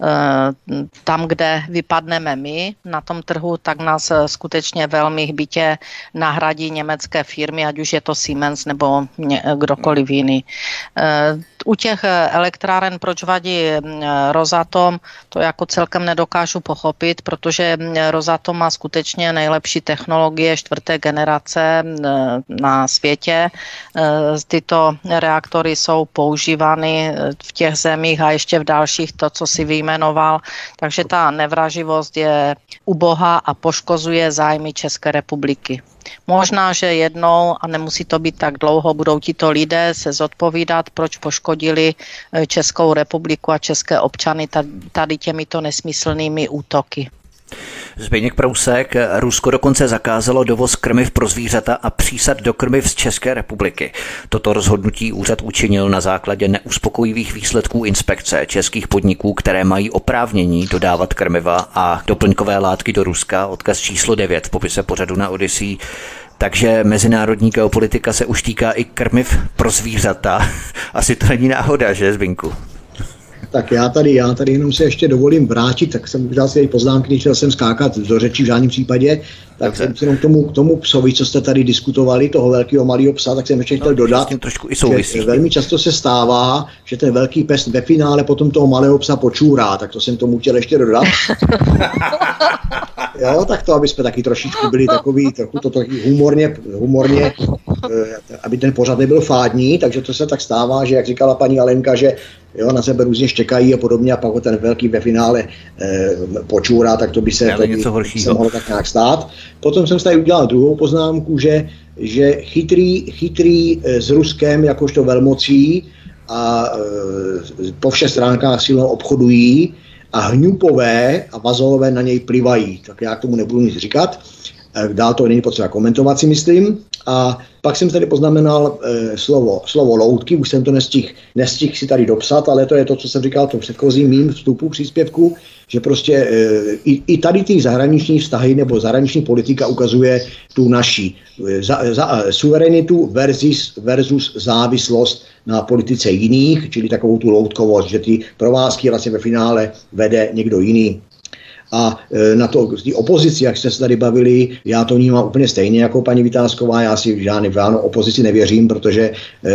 tam, kde vypadneme my na tom trhu, tak nás skutečně velmi hbitě nahradí německé firmy, ať už je to Siemens nebo kdokoliv jiný. U těch elektráren, proč vadí Rosatom, to jako celkem nedokážu pochopit, protože Rosatom má skutečně nejlepší technologie 4. generace na světě. Tyto reaktory jsou používány v těch zemích a ještě v dalších, to, co si vyjmenoval. Takže ta nevraživost je ubohá a poškozuje zájmy České republiky. Možná, že jednou, a nemusí to být tak dlouho, budou tito lidé se zodpovídat, proč poškodili Českou republiku a české občany tady těmito nesmyslnými útoky. Zbyněk Prousek, Rusko dokonce zakázalo dovoz krmiv pro zvířata a přísad do krmiv z České republiky. Toto rozhodnutí úřad učinil na základě neuspokojivých výsledků inspekce českých podniků, které mají oprávnění dodávat krmiva a doplňkové látky do Ruska, odkaz číslo 9 v popise pořadu na Odyssey. Takže mezinárodní geopolitika se už týká i krmiv pro zvířata. Asi to není náhoda, že, Zbyňku? Tak já tady jenom se ještě dovolím vrátit, tak jsem udělal si poznámky, nechtěl jsem skákat do řečí v žádném případě, tak jsem jenom k tomu psovi, co jste tady diskutovali, toho velkého malého psa, tak jsem ještě chtěl dodat, že velmi často se stává, že ten velký pes ve finále potom toho malého psa počůrá, tak to jsem tomu chtěl ještě dodat. Jo, tak to, aby jsme taky trošičku byli takový, trochu to humorně, aby ten pořad nebyl fádní, takže to se tak stává, že jak říkala paní Alenka, že jo, na sebe různě štěkají a podobně a pak ten velký ve finále počůrá, tak to by se mohlo tak nějak stát. Potom jsem si tady udělal druhou poznámku, že chytrý s Ruskem jakožto velmocí a po všech stránkách silno obchodují a hňupové a vazalové na něj plivají. Tak já k tomu nebudu nic říkat. Dál to není potřeba komentovat, si myslím. A pak jsem tady poznamenal slovo loutky, už jsem to nestihl si tady dopsat, ale to je to, co jsem říkal v tom předchozím mým vstupu, příspěvku, že prostě i tady ty zahraniční vztahy nebo zahraniční politika ukazuje tu naší suverenitu versus závislost na politice jiných, čili takovou tu loutkovost, že ty provázky vlastně ve finále vede někdo jiný. A na to z té opozici, jak jste se tady bavili, já to vnímám úplně stejně jako paní Vitásková, já si žádnou opozici nevěřím, protože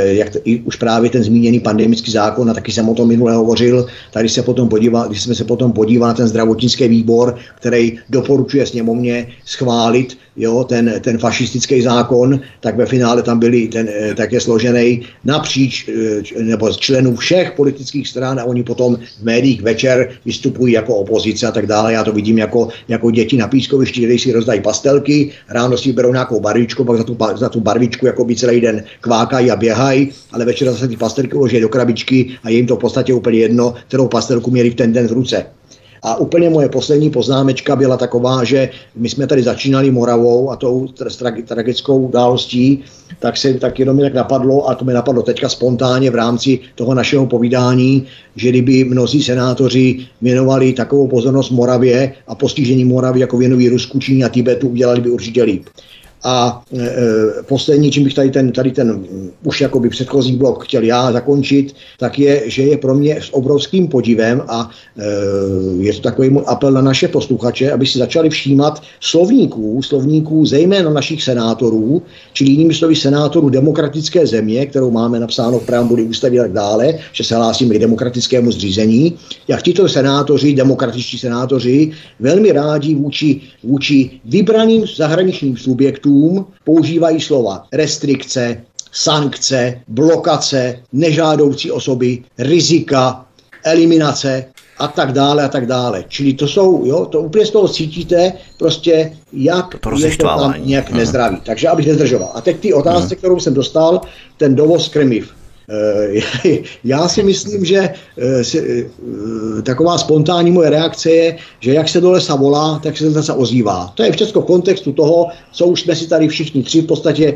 už právě ten zmíněný pandemický zákon, a taky jsem o tom minule hovořil, tady když jsme se potom podívali na ten zdravotnický výbor, který doporučuje sněmovně schválit ten fašistický zákon, tak ve finále tam byli, tak je složený napříč nebo z členů všech politických stran a oni potom v médiích večer vystupují jako opozice a tak dále. Já to vidím jako děti na pískovišti, kde si rozdají pastelky, ráno si berou nějakou barvičku, pak za tu barvičku jako by celý den kvákají a běhají, ale večer zase ty pastelky uloží do krabičky a je jim to v podstatě úplně jedno, kterou pastelku měli v ten den v ruce. A úplně moje poslední poznámečka byla taková, že my jsme tady začínali Moravou a tou tragickou událostí, tak jenom mi tak napadlo, a to mi napadlo teďka spontánně v rámci toho našeho povídání, že kdyby mnozí senátoři věnovali takovou pozornost Moravě a postižení Moravy, jako věnují Rusku, Číně a Tibetu, udělali by určitě líp. A poslední, čím bych tady ten už jakoby předchozí blok chtěl já zakončit, tak je, že je pro mě s obrovským podivem a je to takový můj apel na naše posluchače, aby si začali všímat slovníků zejména našich senátorů, čili jinými slovy senátorů demokratické země, kterou máme napsáno v preambuli ústavy a tak dále, že se hlásíme k demokratickému zřízení, jak tito senátoři, demokratičtí senátoři, velmi rádi vůči vybraným zahraničním subjektům používají slova restrikce, sankce, blokace, nežádoucí osoby, rizika, eliminace a tak dále a tak dále. Čili to jsou, to úplně z toho cítíte prostě, jak je to tam nějak nezdravý. Takže abych nezdržoval. A teď ty otázce, kterou jsem dostal, ten dovoz krmiv. Já si myslím, že taková spontánní moje reakce je, že jak se do lesa volá, tak se zase ozývá. To je všechno v kontextu toho, co už jsme si tady všichni tři v podstatě,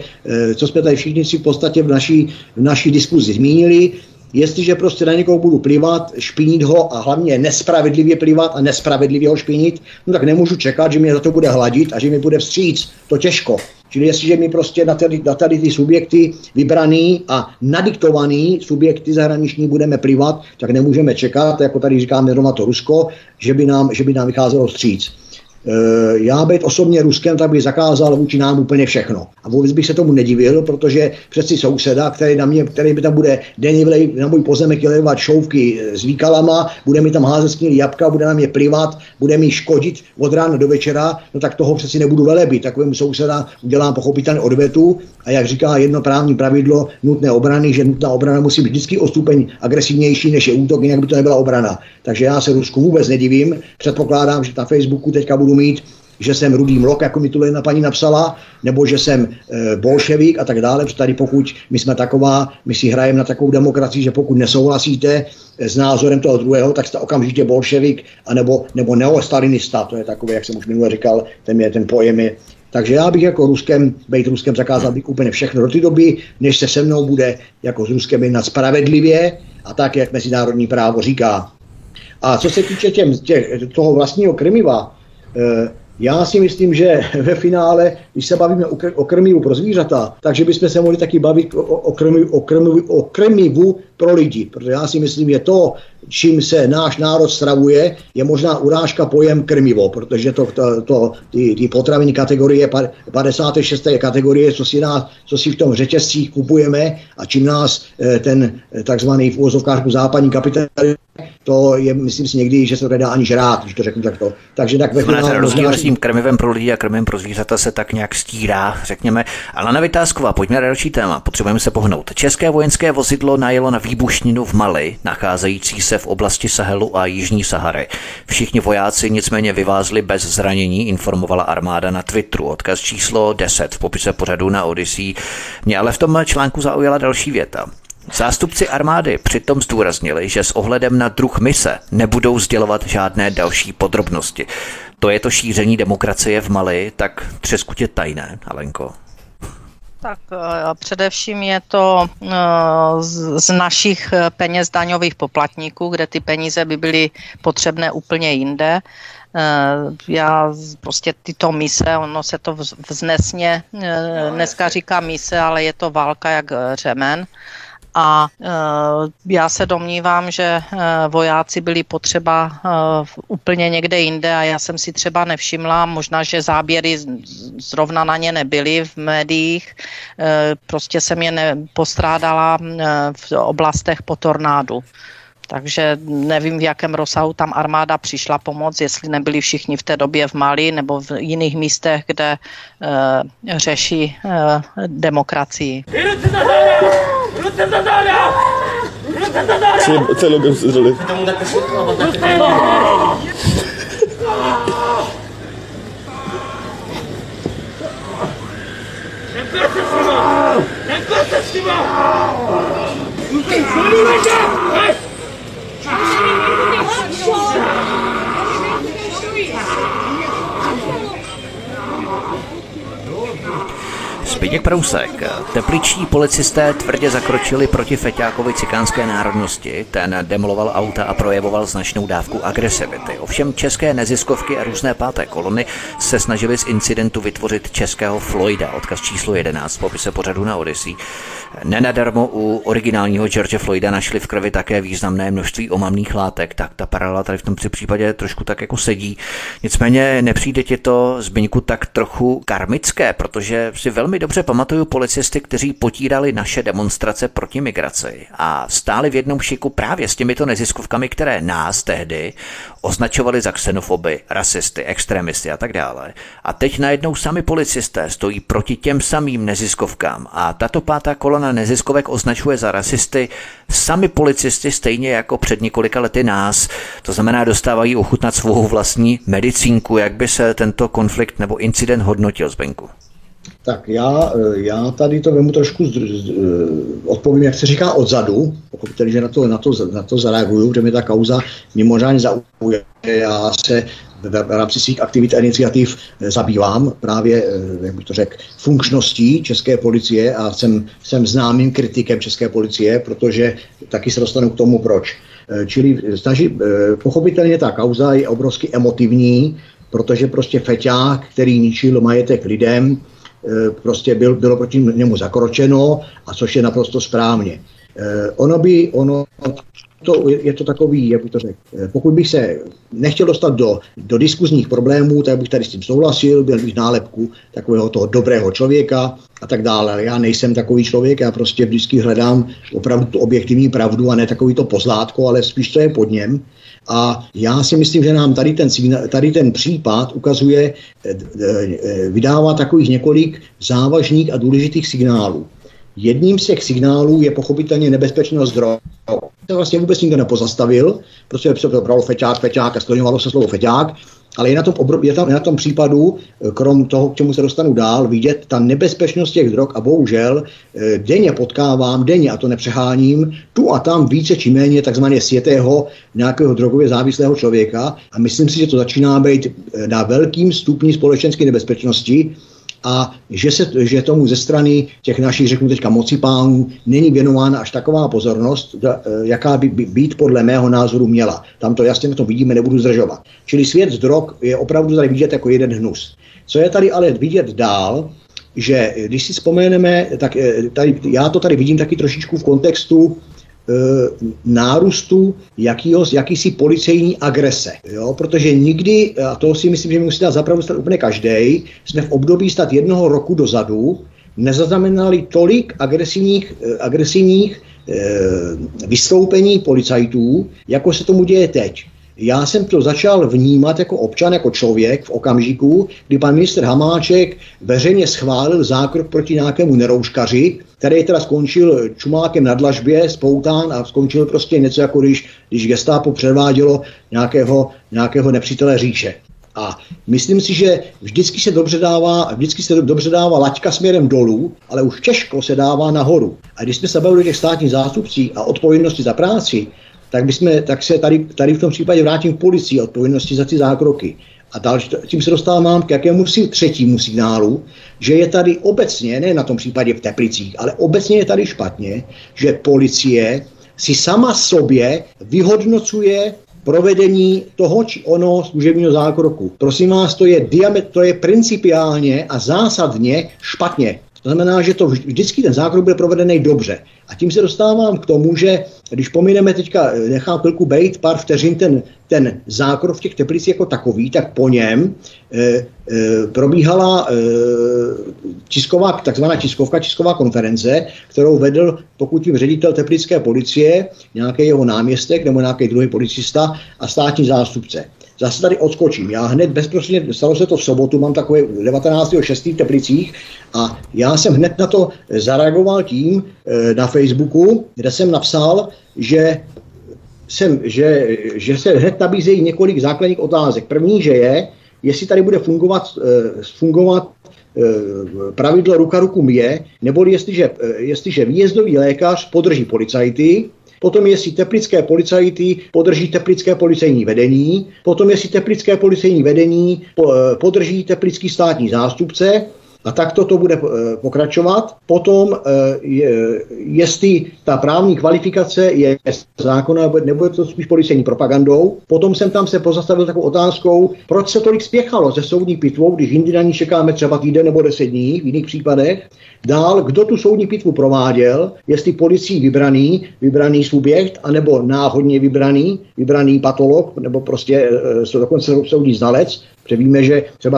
v naší diskuzi zmínili. Jestliže prostě na někoho budu plivat, špinit ho a hlavně nespravedlivě plivat a nespravedlivě ho špinit, no tak nemůžu čekat, že mě za to bude hladit a že mi bude vstříc. To těžko. Čili jestliže mi prostě na tady ty subjekty vybraný a nadiktovaný subjekty zahraniční budeme plivat, tak nemůžeme čekat, jako tady říkáme zrovna to Rusko, že by nám vycházelo vstříc. Já být osobně Ruskem, tak bych zakázal vůči nám úplně všechno. A vůbec bych se tomu nedivil, protože přeci souseda, který mi tam bude denně na můj pozemek lejvat šouvky s výkalama, bude mi tam házet snílý jabka, bude na mě plivat, bude mi škodit od rána do večera, no tak toho přeci nebudu velebit. Takovému souseda udělám pochopitelně odvetu a jak říká jedno právní pravidlo nutné obrany, že nutná obrana musí být vždycky o stupeň agresivnější než je útok, jinak by to nebyla obrana. Takže já se Rusku vůbec nedivím. Předpokládám, že na Facebooku teďka budu mít, že jsem rudý mlok, jako mi tu jedna paní napsala, nebo že jsem bolševík a tak dále, protože tady pokud my si hrajeme na takovou demokracii, že pokud nesouhlasíte s názorem toho druhého, tak jste okamžitě bolševik, nebo neostalinista, to je takové, jak jsem už minule říkal, ten pojem je. Takže já bych jako být Ruskem zakázal bych úplně všechno do té doby, než se mnou bude jako s Ruskem jednat spravedlivě a tak, jak mezinárodní právo říká. A co se týče toho vlastního krmiva, já si myslím, že ve finále, když se bavíme o krmivu pro zvířata, takže bychom se mohli taky bavit o krmivu pro lidi. Protože já si myslím, že to, čím se náš národ stravuje, je možná urážka pojem krmivo, protože ty potraviny kategorie 56. kategorie, co si v tom řetězcích kupujeme a čím nás ten takzvaný v uvozovkách západní kapitalismus, to je, myslím si někdy, že se to nedá ani žrát, když to řeknu takto. Takže tak rozdíl s tím krmivem pro lidi a krmivem pro zvířata se tak nějak stírá, řekněme. Ale na Vytázková, pojďme na další téma, potřebujeme se pohnout. České vojenské vozidlo najelo na výbušninu v Mali, nacházející se v oblasti Sahelu a Jižní Sahary. Všichni vojáci nicméně vyvázli bez zranění, informovala armáda na Twitteru. Odkaz číslo 10 v popise pořadu na Odyssey. Mě ale v tom článku zaujala další věta. Zástupci armády přitom zdůraznili, že s ohledem na druh mise nebudou sdělovat žádné další podrobnosti. To je to šíření demokracie v Mali, tak třeskutě tajné, Alenko. Tak především je to z našich peněz daňových poplatníků, kde ty peníze by byly potřebné úplně jinde. Já prostě tyto mise, ono se to vznesně dneska říká mise, ale je to válka jak řemen. A já se domnívám, že vojáci byli potřeba úplně někde jinde a já jsem si třeba nevšimla, možná, že záběry zrovna na ně nebyly v médiích, prostě jsem je postrádala v oblastech po tornádu. Takže nevím, v jakém rozsahu tam armáda přišla pomoct, jestli nebyli všichni v té době v Mali nebo v jiných místech, kde řeší demokracii. Celou se zřeli. Zdeněk Prousek. Tepličtí policisté tvrdě zakročili proti feťákovi cikánské národnosti. Ten demoloval auta a projevoval značnou dávku agresivity. Ovšem české neziskovky a různé páté kolony se snažili z incidentu vytvořit českého Floyda, odkaz číslo 11 v popise pořadu na Odyssey. Nenadarmo u originálního George Floyda našli v krvi také významné množství omamných látek, tak ta paralela tady v tom případě trošku tak jako sedí. Nicméně nepřijde ti to, Zbyňku, tak trochu karmické, protože si velmi dobře pamatuju policisty, kteří potírali naše demonstrace proti migraci a stáli v jednom šiku právě s těmito neziskovkami, které nás tehdy označovali za xenofoby, rasisty, extremisty a tak dále. A teď najednou sami policisté stojí proti těm samým neziskovkám a tato pátá kolona neziskovek označuje za rasisty sami policisty stejně jako před několika lety nás. To znamená, dostávají ochutnat svou vlastní medicínku. Jak by se tento konflikt nebo incident hodnotil, Zbyňku? Tak já tady to vemu trošku, odpovím, jak se říká, odzadu, pochopitelně, že na to zareaguju, protože mě ta kauza mimořádně zaujala. Já se v rámci svých aktivit a iniciativ zabývám právě, jak bych to řekl, funkčností české policie a jsem známým kritikem české policie, protože taky se dostanu k tomu, proč. Čili pochopitelně ta kauza je obrovsky emotivní, protože prostě feťák, který ničil majetek lidem, prostě bylo proti němu zakročeno, a což je naprosto správně. Je to takový, jak bych to řekl, pokud bych se nechtěl dostat do diskuzních problémů, tak bych tady s tím souhlasil, byl bych nálepku takového toho dobrého člověka a tak dále. Já nejsem takový člověk, já prostě vždycky hledám opravdu tu objektivní pravdu a ne takový to pozlátko, ale spíš to je pod něm. A já si myslím, že nám tady ten případ ukazuje, vydává takových několik závažných a důležitých signálů. Jedním z těch signálů je pochopitelně nebezpečnost drog. To vlastně vůbec nikdo nepozastavil, protože se to bralo feťák a skloňovalo se slovo feťák, ale je na tom případu, krom toho, k čemu se dostanu dál, vidět ta nebezpečnost těch drog a bohužel denně potkávám, a to nepřeháním, tu a tam více či méně takzvaně sjetého nějakého drogově závislého člověka a myslím si, že to začíná být na velkým stupni společenské nebezpečnosti, a že tomu ze strany těch našich, řeknu teďka, mocipánů není věnována až taková pozornost, jaká by být podle mého názoru měla. Tam to jasně na to vidíme, nebudu zdržovat. Čili svět z drog je opravdu tady vidět jako jeden hnus. Co je tady ale vidět dál, že když si vzpomeneme, tak já to tady vidím taky trošičku v kontextu nárůstu jakýsi policejní agrese. Jo? Protože nikdy, a to si myslím, že musí dát zapravdu stát úplně každej, jsme v období stát 1 roku dozadu nezaznamenali tolik agresivních vystoupení policajtů, jako se tomu děje teď. Já jsem to začal vnímat jako občan, jako člověk v okamžiku, kdy pan ministr Hamáček veřejně schválil zákrok proti nějakému nerouškaři, který teda skončil čumákem na dlažbě, spoután a skončil prostě něco jako když gestápo předvádělo nějakého nepřítele říše. A myslím si, že vždycky se dobře dává laťka směrem dolů, ale už těžko se dává nahoru. A když jsme se bavili o těch státních zástupcích a odpovědnosti za práci, tak se tady v tom případě vrátím k policii odpovědnosti za ty zákroky. A tím se dostávám k jakémusi třetímu signálu, že je tady obecně, ne na tom případě v Teplicích, ale obecně je tady špatně, že policie si sama sobě vyhodnocuje provedení toho či onoho služebního zákroku. Prosím vás, to je principiálně a zásadně špatně. To znamená, že to vždycky ten zákrok bude provedený dobře. A tím se dostávám k tomu, že když pomineme teďka, nechám chvilku bejt pár vteřin ten zákrok v těch Teplicích jako takový, tak po něm probíhala tisková konference, kterou vedl, pokud vím, ředitel teplické policie, nějaký jeho náměstek nebo nějaký druhý policista a státní zástupce. Zase tady odskočím. Já hned bezprostředně, stalo se to v sobotu, mám takové 19.6. v Teplicích a já jsem hned na to zareagoval tím na Facebooku, kde jsem napsal, že se hned nabízejí několik základních otázek. První, že jestli tady bude fungovat pravidlo ruka ruku myje, neboli jestliže výjezdový lékař podrží policajty, potom jestli teplické policajty podrží teplické policejní vedení, potom jestli teplické policejní vedení podrží teplický státní zástupce A tak to bude pokračovat. Potom, jestli ta právní kvalifikace je zákona, nebo je to spíš policejní propagandou. Potom jsem tam se pozastavil takovou otázkou, proč se tolik spěchalo se soudní pitvou, když jindy na ní čekáme třeba týden nebo 10 dní v jiných případech. Dál, kdo tu soudní pitvu prováděl, jestli policií vybraný subjekt, anebo náhodně vybraný patolog, nebo prostě dokonce soudní znalec. Protože víme, že třeba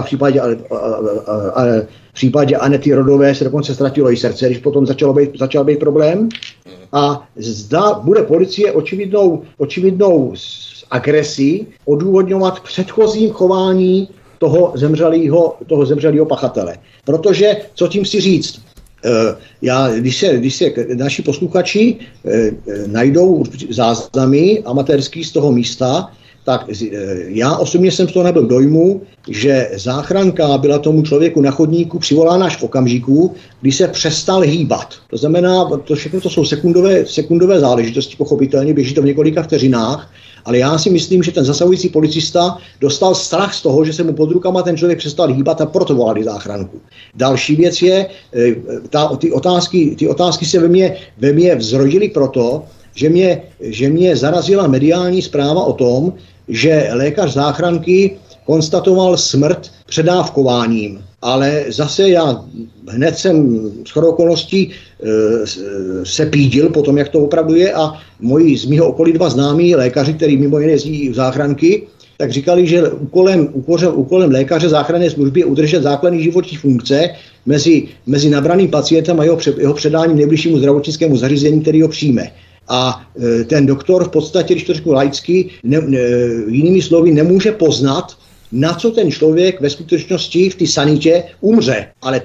v případě Anety Rodové se dokonce ztratilo i srdce, když potom začal být problém. A zda bude policie očividnou agresi odůvodňovat předchozím chování toho zemřelého pachatele. Protože, co tím si říct, když se naši posluchači najdou záznamy amatérský z toho místa, tak já osobně jsem z toho nabyl dojmu, že záchranka byla tomu člověku na chodníku přivolána až v okamžiku, kdy se přestal hýbat. To znamená, všechno to jsou sekundové záležitosti, pochopitelně běží to v několika vteřinách, ale já si myslím, že ten zasahující policista dostal strach z toho, že se mu pod rukama ten člověk přestal hýbat a proto volali záchranku. Další věc je, ty otázky se ve mně vzrodily proto, že mě zarazila mediální zpráva o tom, že lékař záchranky konstatoval smrt předávkováním. Ale zase já hned jsem shodou okolností se pídil po tom, jak to opravdu je, a moji z mého okolí 2 známí lékaři, kteří mimo jiné jezdí v záchranky, tak říkali, že úkolem lékaře záchranné služby je udržet základní životní funkce mezi nabraným pacientem a jeho předáním nejbližšímu zdravotnickému zařízení, který ho přijme. A ten doktor v podstatě, když to řeknu laicky, jinými slovy, nemůže poznat, na co ten člověk ve skutečnosti v té sanitě umře. Ale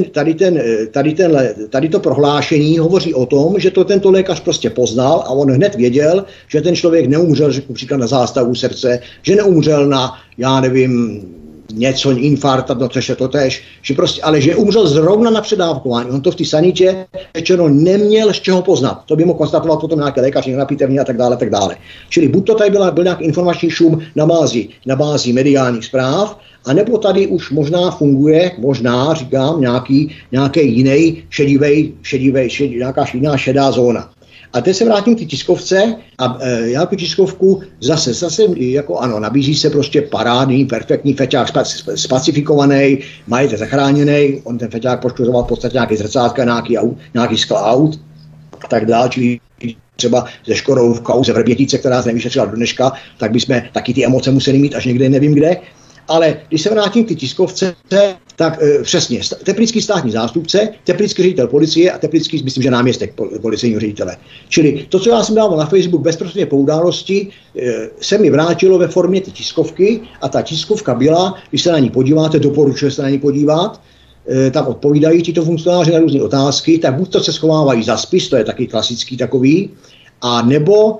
tady to prohlášení hovoří o tom, že to tento lékař prostě poznal a on hned věděl, že ten člověk neumřel, řeknu příklad, na zástavu srdce, že neumřel na, já nevím, něco, infarkt, no což je to též, ale že umřel zrovna na předávkování. On to v té sanitě řečeno neměl z čeho poznat. To by mohl konstatovat potom nějaký lékař, na pitevně a tak dále. Čili buď to tady byl nějaký informační šum na bázi mediálních zpráv, anebo tady už možná funguje, říkám, nějaký jiný nějaká jiná šedá zóna. A teď se vrátím k té tiskovce a já tu tiskovku zase jako ano, nabízí se prostě parádní, perfektní feťák, spacifikovaný, majitel zachráněný, on ten feťák poškozoval v podstatě nějaký zrcátka, nějaký skl aut a tak dále, čili třeba ze Škodou v kauze Vrbětice, která se nevyšetřila do dneška, tak bychom taky ty emoce museli mít až někde nevím kde. Ale když se vrátím k té tiskovce, tak přesně, teplický státní zástupce, teplický ředitel policie a teplický, myslím, že náměstek policejního ředitele. Čili to, co já jsem dával na Facebook bezprostředně po události, se mi vrátilo ve formě té tiskovky a ta tiskovka byla, když se na ní podíváte, doporučuji se na ní podívat, tam odpovídají tito funkcionáři na různé otázky, tak buď to se schovávají za spis, to je taky klasický takový, a nebo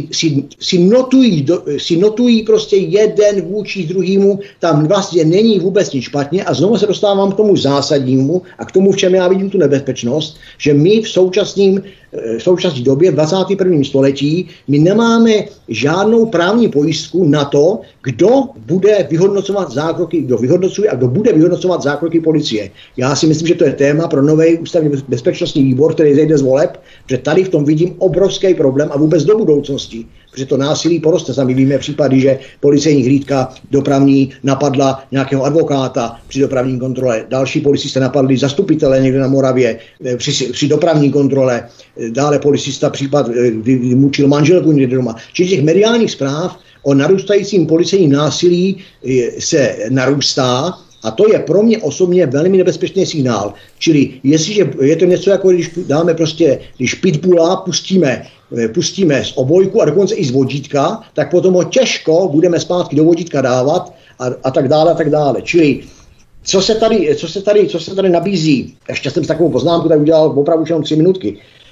si notují prostě jeden vůči druhému, tam vlastně není vůbec nic špatně a znovu se dostávám k tomu zásadnímu a k tomu, v čem já vidím tu nebezpečnost, že my v současné době, v 21. století, my nemáme žádnou právní pojistku na to, kdo bude vyhodnocovat zákroky, kdo vyhodnocuje a kdo bude vyhodnocovat zákroky policie. Já si myslím, že to je téma pro nový ústavně bezpečnostní výbor, který zejde z voleb, že tady v tom vidím obrovský problém a vůbec do budoucnosti, protože to násilí poroste. Sami víme případy, že policejní hlídka dopravní napadla nějakého advokáta při dopravní kontrole, další policisté napadli zastupitele někde na Moravě při dopravní kontrole, dále policista případ mučil manželku někde doma. Čili těch mediálních zpráv o narůstajícím policejním násilí se narůstá a to je pro mě osobně velmi nebezpečný signál. Čili jestliže je to něco jako když pitbulla pustíme z obojku a dokonce i z vodítka, tak potom ho těžko budeme zpátky do vodítka dávat a tak dále. Čili co se tady nabízí, ještě jsem s takovou poznámku tak udělal opravdu jenom 3 minutky.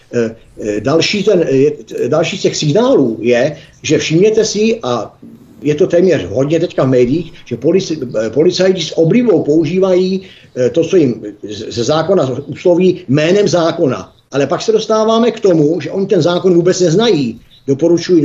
Další z těch signálů je, že všimněte si, a je to téměř hodně teďka v médiích, že policajti s oblibou používají to, co jim ze zákona usloví jménem zákona. Ale pak se dostáváme k tomu, že oni ten zákon vůbec neznají. doporučuji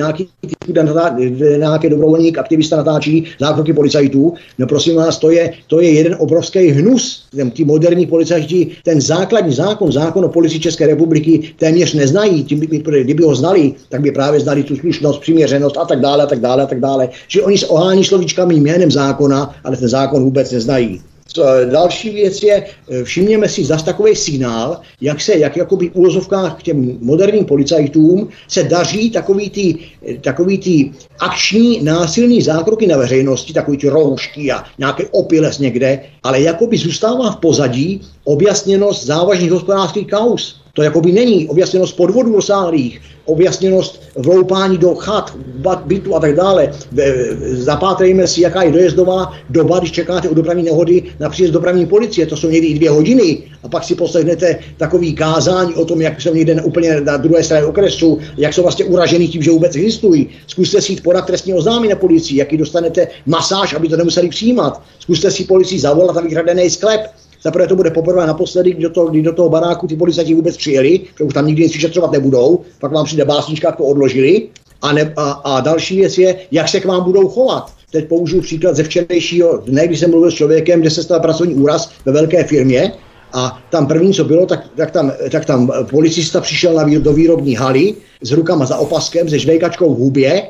nějaký dobrovolník, aktivista natáčí zákroky policajtů. No prosím vás, to je jeden obrovský hnus. Ty moderní policajti ten základní zákon o policii České republiky téměř neznají. Kdyby ho znali, tak by právě znali tu slušnost, přiměřenost a tak dále. Že oni se ohání slovíčkami jménem zákona, ale ten zákon vůbec neznají. Další věc je, všimněme si zase takový signál, jak jakoby v úvozovkách k těm moderním policajtům se daří takový ty akční násilný zákroky na veřejnosti, takový ty roušky a nějaký opiles někde, ale jakoby zůstává v pozadí objasněnost závažných hospodářských kauz. To jakoby není objasněnost podvodů rozsáhlých, objasněnost vloupání do chat, bytu a tak dále. Zapátrejme si, jaká je dojezdová doba, když čekáte u dopravní nehody na příjezd dopravní policie. To jsou někdy i 2 hodiny. A pak si poslechnete takový kázání o tom, jak jsou někde úplně na druhé straně okresu, jak jsou vlastně uražený tím, že vůbec existují. Zkuste si jít podat trestní oznámení na policii, jaký dostanete masáž, aby to nemuseli přijímat. Zkuste si policii zavolat a vykradený sklep. Zaprvé to bude poprvé naposledy, kdy do toho baráku ty policajti vůbec přijeli, protože už tam nikdy nic vyšetřovat nebudou, pak vám přijde básnička, jak to odložili. A další věc je, jak se k vám budou chovat. Teď použiju příklad ze včerejšího dne, když jsem mluvil s člověkem, kde se stal pracovní úraz ve velké firmě. A tam první, co bylo, tak tam policista přišel do výrobní haly s rukama za opaskem, se žvejkačkou v hubě,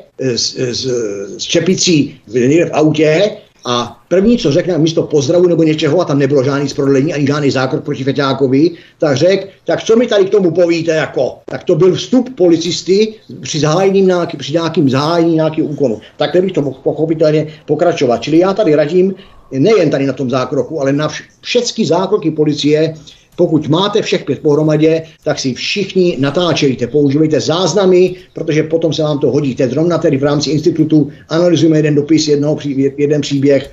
s čepicí v autě. A první, co řekne místo pozdravu nebo něčeho, a tam nebylo žádný zprodlení ani žádný zákrok proti Feťákovi, tak řekl, tak co mi tady k tomu povíte jako? Tak to byl vstup policisty při nějakým zahájení nějakého úkonu. Tak bych to mohl pochopitelně pokračovat. Čili já tady radím nejen tady na tom zákroku, ale na všechny zákroky policie. Pokud máte všech 5 pohromadě, tak si všichni natáčejte, používejte záznamy, protože potom se vám to hodí. Zrovna tedy v rámci institutu analyzujeme jeden dopis, jeden příběh,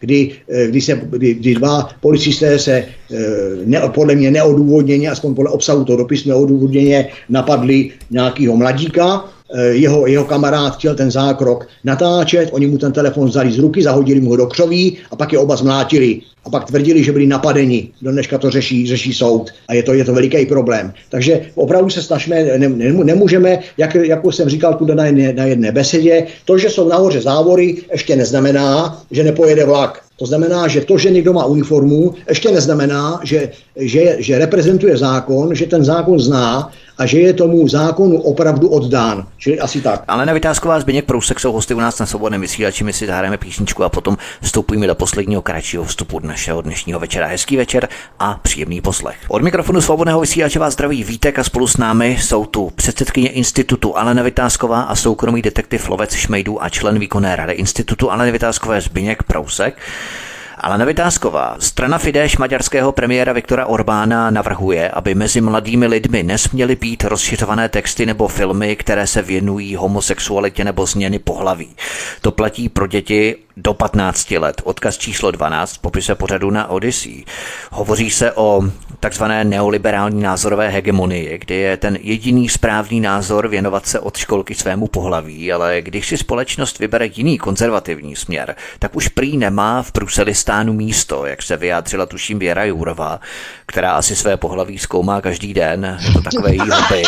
kdy 2 policisté se podle mě neodůvodněně, aspoň podle obsahu toho dopisu neodůvodněně napadli nějakého mladíka. Jeho kamarád chtěl ten zákrok natáčet, oni mu ten telefon vzali z ruky, zahodili mu ho do křoví a pak je oba zmlátili. A pak tvrdili, že byli napadeni. Do dneška to řeší soud. A je to veliký problém. Takže opravdu se snažíme, nemůžeme, jak jsem říkal tu na jedné besedě, to, že jsou nahoře závory, ještě neznamená, že nepojede vlak. To znamená, že to, že někdo má uniformu, ještě neznamená, že reprezentuje zákon, že ten zákon zná a že je tomu zákonu opravdu oddán. Čili asi tak. Alena Vitásková, Zbyněk Prousek jsou hosty u nás na Svobodném vysílači. My si zahrajeme písničku a potom vstupujeme do posledního kratšího vstupu našeho dnešního večera. Hezký večer a příjemný poslech. Od mikrofonu Svobodného vysílače vás zdraví Vítek a spolu s námi jsou tu předsedkyně institutu Alena Vitásková a soukromý detektiv lovec šmejdů a člen výkonné rady institutu Aleny Vitáskové Zbyněk Prousek. Alena Vitásková, strana Fidesz maďarského premiéra Viktora Orbána navrhuje, aby mezi mladými lidmi nesměly být rozšiřované texty nebo filmy, které se věnují homosexualitě nebo změny pohlaví. To platí pro děti do 15 let. Odkaz číslo 12 v popise pořadu na Odyssey. Hovoří se o takzvané neoliberální názorové hegemonii, kdy je ten jediný správný názor věnovat se od školky svému pohlaví, ale když si společnost vybere jiný konzervativní směr, tak už prý nemá v Bruselistánu místo, jak se vyjádřila tuším Věra Jourová, která asi své pohlaví zkoumá každý den. Je to takové jí hobby.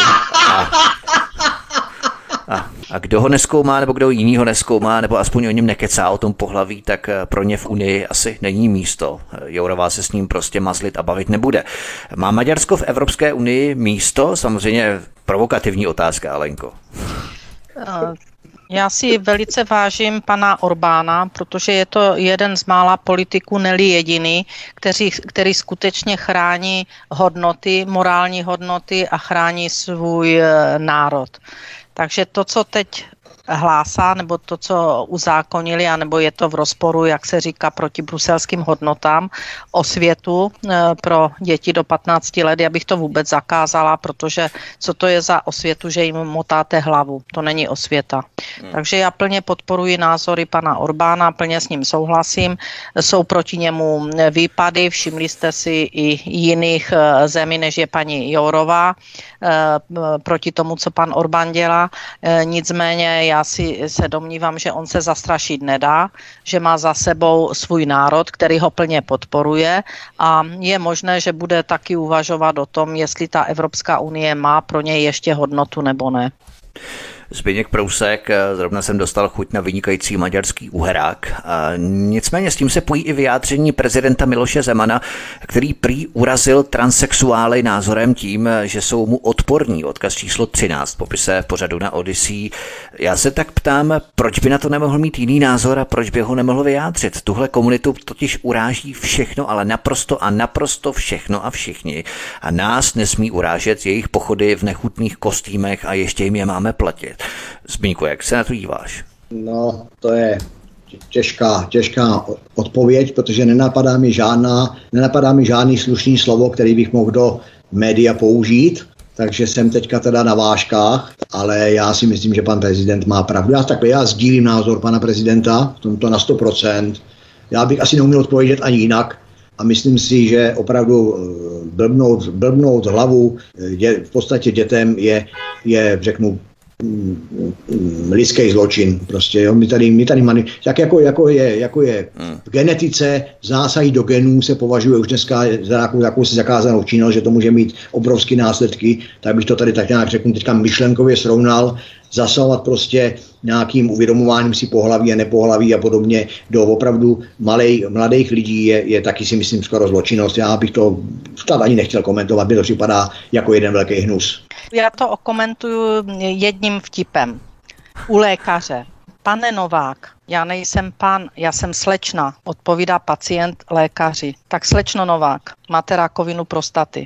A kdo ho neskoumá, nebo kdo jinýho neskoumá, nebo aspoň o něm nekecá o tom pohlaví, tak pro ně v Unii asi není místo. Jourová se s ním prostě mazlit a bavit nebude. Má Maďarsko v Evropské unii místo? Samozřejmě provokativní otázka, Alenko. Já si velice vážím pana Orbána, protože je to jeden z mála politiků, ne-li jediný, který skutečně chrání hodnoty, morální hodnoty a chrání svůj národ. Takže to, co teď hlásá, nebo to, co uzákonili, anebo je to v rozporu, jak se říká, proti bruselským hodnotám, osvětu pro děti do 15 let, já bych to vůbec zakázala, protože co to je za osvětu, že jim motáte hlavu, to není osvěta. Takže já plně podporuji názory pana Orbána, plně s ním souhlasím, jsou proti němu výpady, všimli jste si i jiných zemí, než je paní Jourová, proti tomu, co pan Orbán dělá, nicméně já se domnívám, že on se zastrašit nedá, že má za sebou svůj národ, který ho plně podporuje a je možné, že bude taky uvažovat o tom, jestli ta Evropská unie má pro něj ještě hodnotu nebo ne. Zbyněk Prousek, zrovna jsem dostal chuť na vynikající maďarský uherák. Nicméně s tím se pojí i vyjádření prezidenta Miloše Zemana, který prý urazil transsexuály názorem tím, že jsou mu odporní. Odkaz číslo 13 v popise pořadu na Odyssey. Já se tak ptám, proč by na to nemohl mít jiný názor a proč by ho nemohl vyjádřit. Tuhle komunitu totiž uráží všechno, ale naprosto a naprosto všechno a všichni. A nás nesmí urážet jejich pochody v nechutných kostýmech a ještě jim je máme platit. Zbyňku, jak se na to díváš? No, to je těžká odpověď, protože nenapadá mi žádný slušný slovo, který bych mohl do média použít, takže jsem teďka teda na vážkách, ale já si myslím, že pan prezident má pravdu. Já sdílím názor pana prezidenta v tomto na 100%. Já bych asi neuměl odpovědět ani jinak a myslím si, že opravdu blbnout hlavu v podstatě dětem je řeknu, lidský zločin. Prostě, jo, my tady tak jako je v genetice zásahy do genů se považuje už dneska za jakousi zakázanou činnost, že to může mít obrovské následky, tak bych to tady tak nějak řeknu teďka myšlenkově srovnal, zasahovat prostě nějakým uvědomováním si pohlaví a nepohlaví a podobně do opravdu mladých lidí je taky si myslím skoro zločinnost. Já bych to ani nechtěl komentovat, mi to připadá jako jeden velký hnus. Já to okomentuju jedním vtipem. U lékaře. Pane Novák, já nejsem pán, já jsem slečna, odpovídá pacient lékaři. Tak slečno Novák, máte rakovinu prostaty.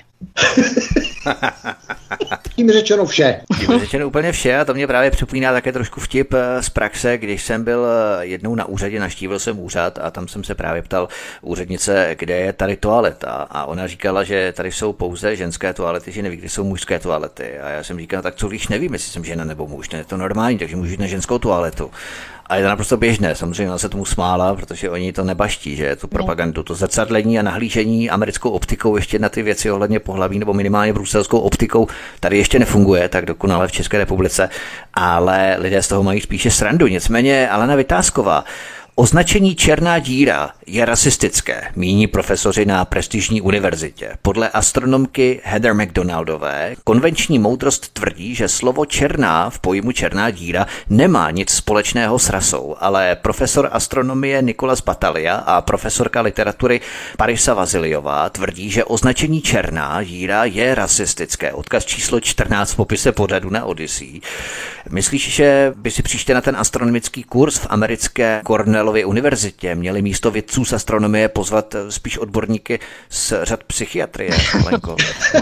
Tím řečeno vše. Tím řečeno úplně vše a to mě právě připomíná také trošku vtip z praxe, když jsem byl jednou na úřadě, navštívil jsem úřad a tam jsem se právě ptal úřednice, kde je tady toaleta a ona říkala, že tady jsou pouze ženské toalety, že neví, kde jsou mužské toalety a já jsem říkal, tak co víš, nevím, jestli jsem žena nebo muž, je to normální, takže můžu jít na ženskou toaletu. A je to naprosto běžné, samozřejmě ona se tomu smála, protože oni to nebaští, že tu propagandu, to zrcadlení a nahlížení americkou optikou ještě na ty věci ohledně pohlaví nebo minimálně bruselskou optikou tady ještě nefunguje tak dokonale v České republice, ale lidé z toho mají spíše srandu. Nicméně Alena Vytázková, označení černá díra je rasistické, míní profesoři na prestižní univerzitě. Podle astronomky Heather McDonaldové konvenční moudrost tvrdí, že slovo černá v pojmu černá díra nemá nic společného s rasou, ale profesor astronomie Nicolas Batalha a profesorka literatury Parisa Vasiljová tvrdí, že označení černá díra je rasistické. Odkaz číslo 14 v popise pořadu na Odyssey. Myslíš, že by si příště na ten astronomický kurz v americké Cornellově univerzitě měli místo vědců z astronomie pozvat spíš odborníky z řad psychiatrie, Lenko?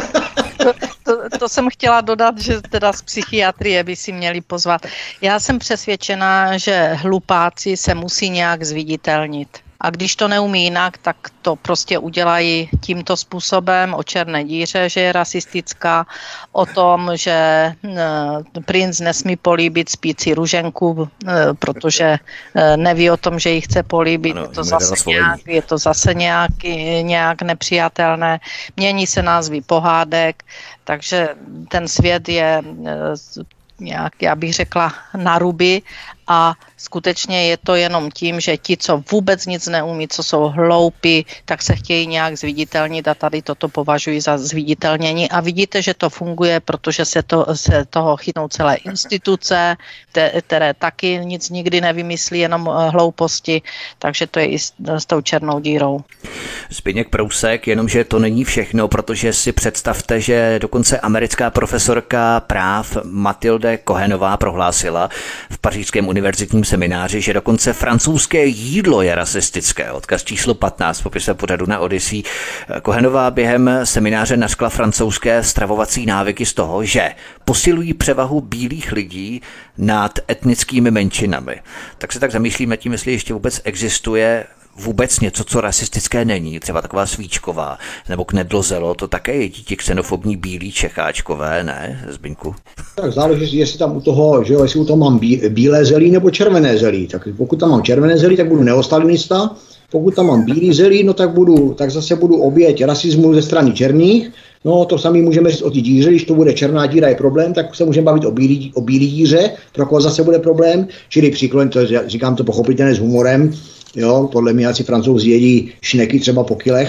To jsem chtěla dodat, že teda z psychiatrie by si měli pozvat. Já jsem přesvědčená, že hlupáci se musí nějak zviditelnit. A když to neumí jinak, tak to prostě udělají tímto způsobem o černé díře, že je rasistická, o tom, že princ nesmí políbit spící Ruženku, protože neví o tom, že ji chce políbit. Ano, je to zase nějak nepřijatelné. Mění se názvy pohádek, takže ten svět je nějak, já bych řekla, na ruby a skutečně je to jenom tím, že ti, co vůbec nic neumí, co jsou hloupí, tak se chtějí nějak zviditelnit a tady toto považuji za zviditelnění. A vidíte, že to funguje, protože se toho chytnou celé instituce, které taky nic nikdy nevymyslí, jenom hlouposti, takže to je i s tou černou dírou. Zbyněk Prousek, jenomže to není všechno, protože si představte, že dokonce americká profesorka práv Matilde Cohenová prohlásila v pařížském univerzitním semináři, že dokonce francouzské jídlo je rasistické. Odkaz číslo 15 v popise pořadu na Odyssey. Cohenová během semináře nařkla francouzské stravovací návyky z toho, že posilují převahu bílých lidí nad etnickými menšinami. Tak se tak zamýšlíme tím, jestli ještě vůbec existuje vůbec něco, co rasistické není, třeba taková svíčková, nebo knedlozelo, to také jedí ti xenofobní bílí Čecháčkové, ne, Zbyňku? Tak záleží, jestli tam u toho, že jo, jestli u toho mám bílé zelí nebo červené zelí. Tak pokud tam mám červené zelí, tak budu neostalinista, pokud tam mám bílý zelí, no tak zase budu oběť rasismu ze strany černých. No to samý můžeme říct o té díře, když to bude černá díra je problém, tak se můžeme bavit o bílé díře, pro koho zase bude problém, čili příklad, říkám to pochopitelně s humorem. Jo, podle mě asi Francouzi jedí šneky třeba po kilech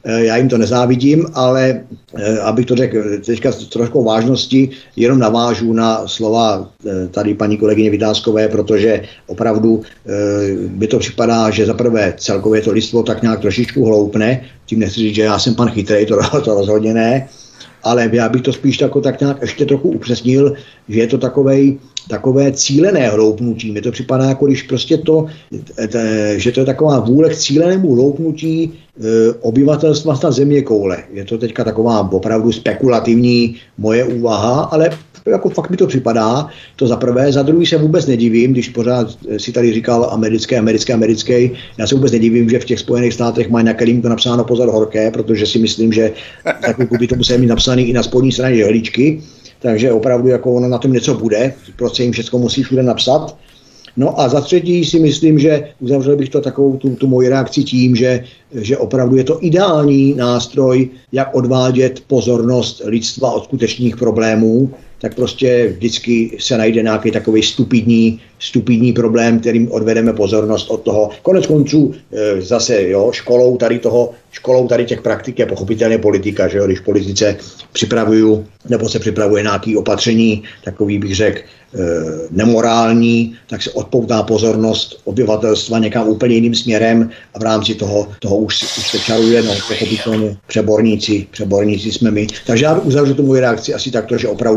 já jim to nezávidím, ale abych to řekl teďka s trošku vážnosti, jenom navážu na slova tady paní kolegyně Vitáskové, protože opravdu mi to připadá, že zaprvé celkově to lidstvo tak nějak trošičku hloupne, tím nechci říct, že já jsem pan chytrej, to rozhodně ne, ale já bych to spíš tak nějak ještě trochu upřesnil, že je to takové cílené hloupnutí. Mně to připadá, jako když prostě že to je taková vůle k cílenému hloupnutí obyvatelstva na země koule. Je to teďka taková opravdu spekulativní moje úvaha, ale jako fakt mi to připadá, to za prvé. Za druhý se vůbec nedivím, když pořád si tady říkal americké. Já se vůbec nedivím, že v těch Spojených státech mají na kelímku napsáno pozor horké, protože si myslím, že takový by to museli mít napsaný i na spodní straně žehličky. Takže opravdu jako ono na tom něco bude, prostě jim všechno musí všude napsat. No a za třetí si myslím, že uzavřel bych to takovou tu moji reakci tím, že opravdu je to ideální nástroj, jak odvádět pozornost lidstva od skutečných problémů, tak prostě vždycky se najde nějaký takový stupidní problém, kterým odvedeme pozornost od toho. Konec konců zase školou tady těch praktik je pochopitelně politika, že jo, když politice se připravuje nějaké opatření, takový bych řekl nemorální, tak se odpoutá pozornost obyvatelstva někam úplně jiným směrem a v rámci toho už se čaruje, no pochopitelně přeborníci jsme my. Takže já uzavřu tu moji reakci asi takto, že opravdu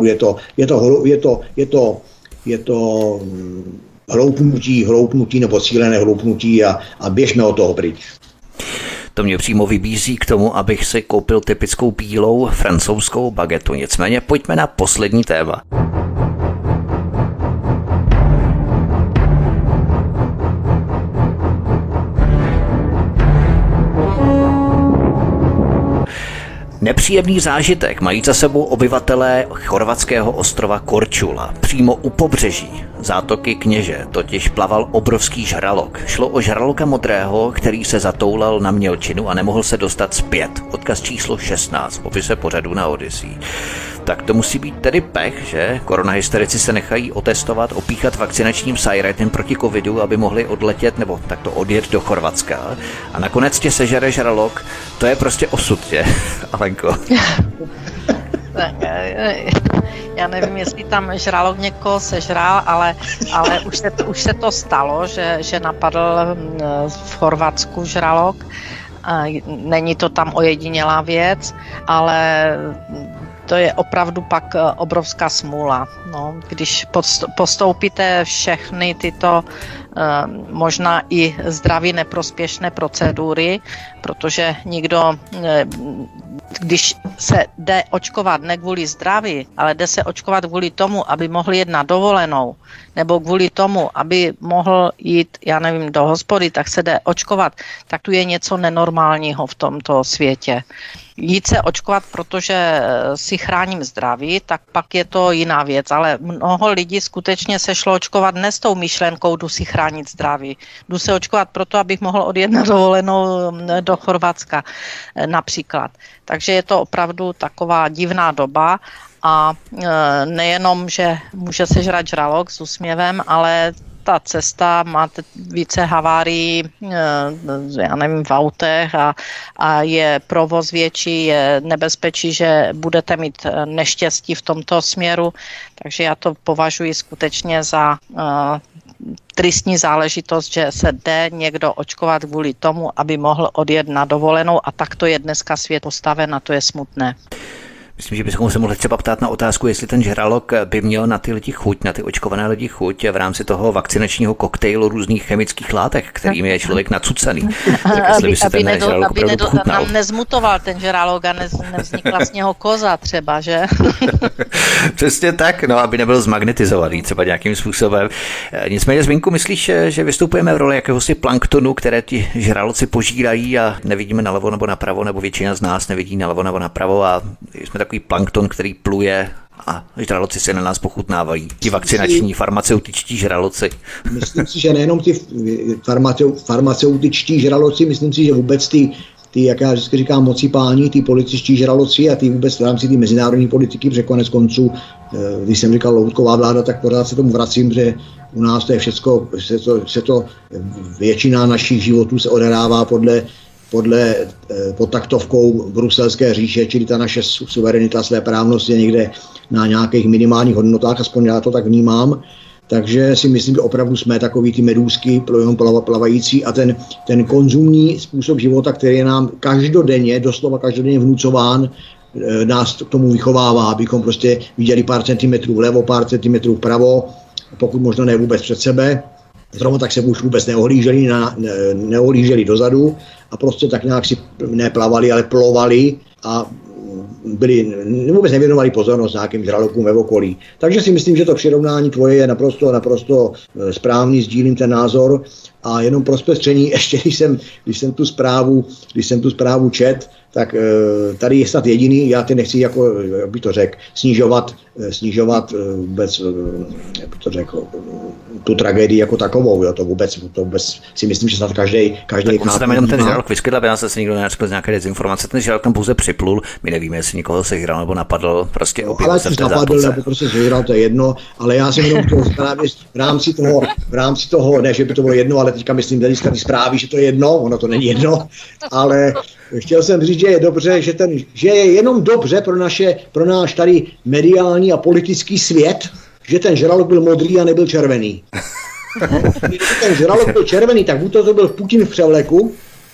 je to hloupnutí nebo cílené hloupnutí a běžme od toho pryč. To mě přímo vybízí k tomu, abych si koupil typickou bílou francouzskou bagetu. Nicméně pojďme na poslední téma. Nepříjemný zážitek mají za sebou obyvatelé chorvatského ostrova Korčula. Přímo u pobřeží zátoky Kněže totiž plaval obrovský žralok. Šlo o žraloka modrého, který se zatoulal na mělčinu a nemohl se dostat zpět. Odkaz číslo 16 v popise pořadu na Odyssey. Tak to musí být tedy pech, že koronahysterici se nechají otestovat, opíchat vakcinačním sajretem proti covidu, aby mohli odletět nebo takto odjet do Chorvatska. A nakonec tě sežere žralok. To je prostě osud, že? Alenko. Já nevím, jestli tam žralok někoho sežral, ale už se to stalo, že napadl v Chorvatsku žralok. Není to tam ojedinělá věc, ale to je opravdu pak obrovská smůla. No, když postoupíte všechny tyto možná i zdraví neprospěšné procedury, protože nikdo, když se jde očkovat ne kvůli zdraví, ale jde se očkovat kvůli tomu, aby mohl jít na dovolenou, nebo kvůli tomu, aby mohl jít, já nevím, do hospody, tak se jde očkovat, tak tu je něco nenormálního v tomto světě. Jít se očkovat, protože si chráním zdraví, tak pak je to jiná věc, ale mnoho lidí skutečně se šlo očkovat ne s tou myšlenkou, jdu si chránit zdraví. Jdu se očkovat proto, abych mohl odjet na dovolenou do Chorvatska například. Takže je to opravdu taková divná doba a nejenom, že může sežrat žralok s úsměvem, ale ta cesta, máte více havárií, já nevím, v autech a je provoz větší, je nebezpečí, že budete mít neštěstí v tomto směru, takže já to považuji skutečně za tristní záležitost, že se jde někdo očkovat kvůli tomu, aby mohl odjet na dovolenou a tak to je dneska svět postaven a to je smutné. Myslím, že bychom se mohli třeba ptát na otázku, jestli ten žralok by měl na ty lidi chuť, na ty očkované lidi chuť v rámci toho vakcinačního koktejlu různých chemických látek, kterými je člověk nacucaný. Tak jestli by se ten žralok opravdu pochutnal. Nám nezmutoval ten žralok a nevznikla z něho koza třeba, že? Přesně tak, no, aby nebyl zmagnetizovaný třeba nějakým způsobem. Nicméně, Zbyňku, myslíš, že vystupujeme v roli jakéhosi planktonu, které ti žraloci požírají a nevidíme nalevo nebo napravo, nebo většina z nás nevidí nalevo nebo napravo a jsme takový plankton, který pluje a žraloci se na nás pochutnávají. Ti vakcinační, farmaceutičtí žraloci. Myslím si, že nejenom ty farmaceutičtí žraloci, myslím si, že vůbec ty, jak já vždycky říkám, mocipání, ty političtí žraloci a ty vůbec v rámci ty mezinárodní politiky, protože konec konců, když jsem říkal loutková vláda, tak pořád se tomu vracím, že u nás to je všecko, většina našich životů se odehrává pod taktovkou bruselské říše, čili ta naše suverenita, svéprávnost je někde na nějakých minimálních hodnotách, aspoň já to tak vnímám. Takže si myslím, že opravdu jsme takový ty medůzky plavající a ten konzumní způsob života, který je nám doslova každodenně vnucován, nás k tomu vychovává, abychom prostě viděli pár centimetrů vlevo, pár centimetrů vpravo, pokud možno ne vůbec před sebe. Zrovna tak se už vůbec neohlíželi dozadu a prostě tak nějak si neplavali, ale plovali a vůbec nevěnovali pozornost nějakým žralokům ve okolí. Takže si myslím, že to přirovnání tvoje je naprosto správný, sdílím ten názor a jenom pro zpestření, ještě když jsem tu zprávu čet, tak tady je snad jediný, já ty nechci, jak bych to řekl, snižovat vůbec, jak bych to řekl, tu tragédii jako takovou, jo, to vůbec si myslím, že snad každý tak se tam jenom ten žralok vyskytl, aby nás se nikdo neřekl z nějaké dezinformace, ten žralok tam pouze připlul, my nevíme, jestli někoho sežral nebo napadl, prostě objevil se v té zápolce. Nebo prostě sežral, to je jedno, ale já jsem jenom v rámci toho, ne, že by to bylo jedno, ale teďka myslím, že ty zprávy, že to je jedno, ono to není jedno, ale chtěl jsem říct, že je dobře, že je jenom dobře pro náš tady mediální a politický svět, že ten žralok byl modrý a nebyl červený. Když ten žralok byl červený, tak buď to byl Putin v převleku,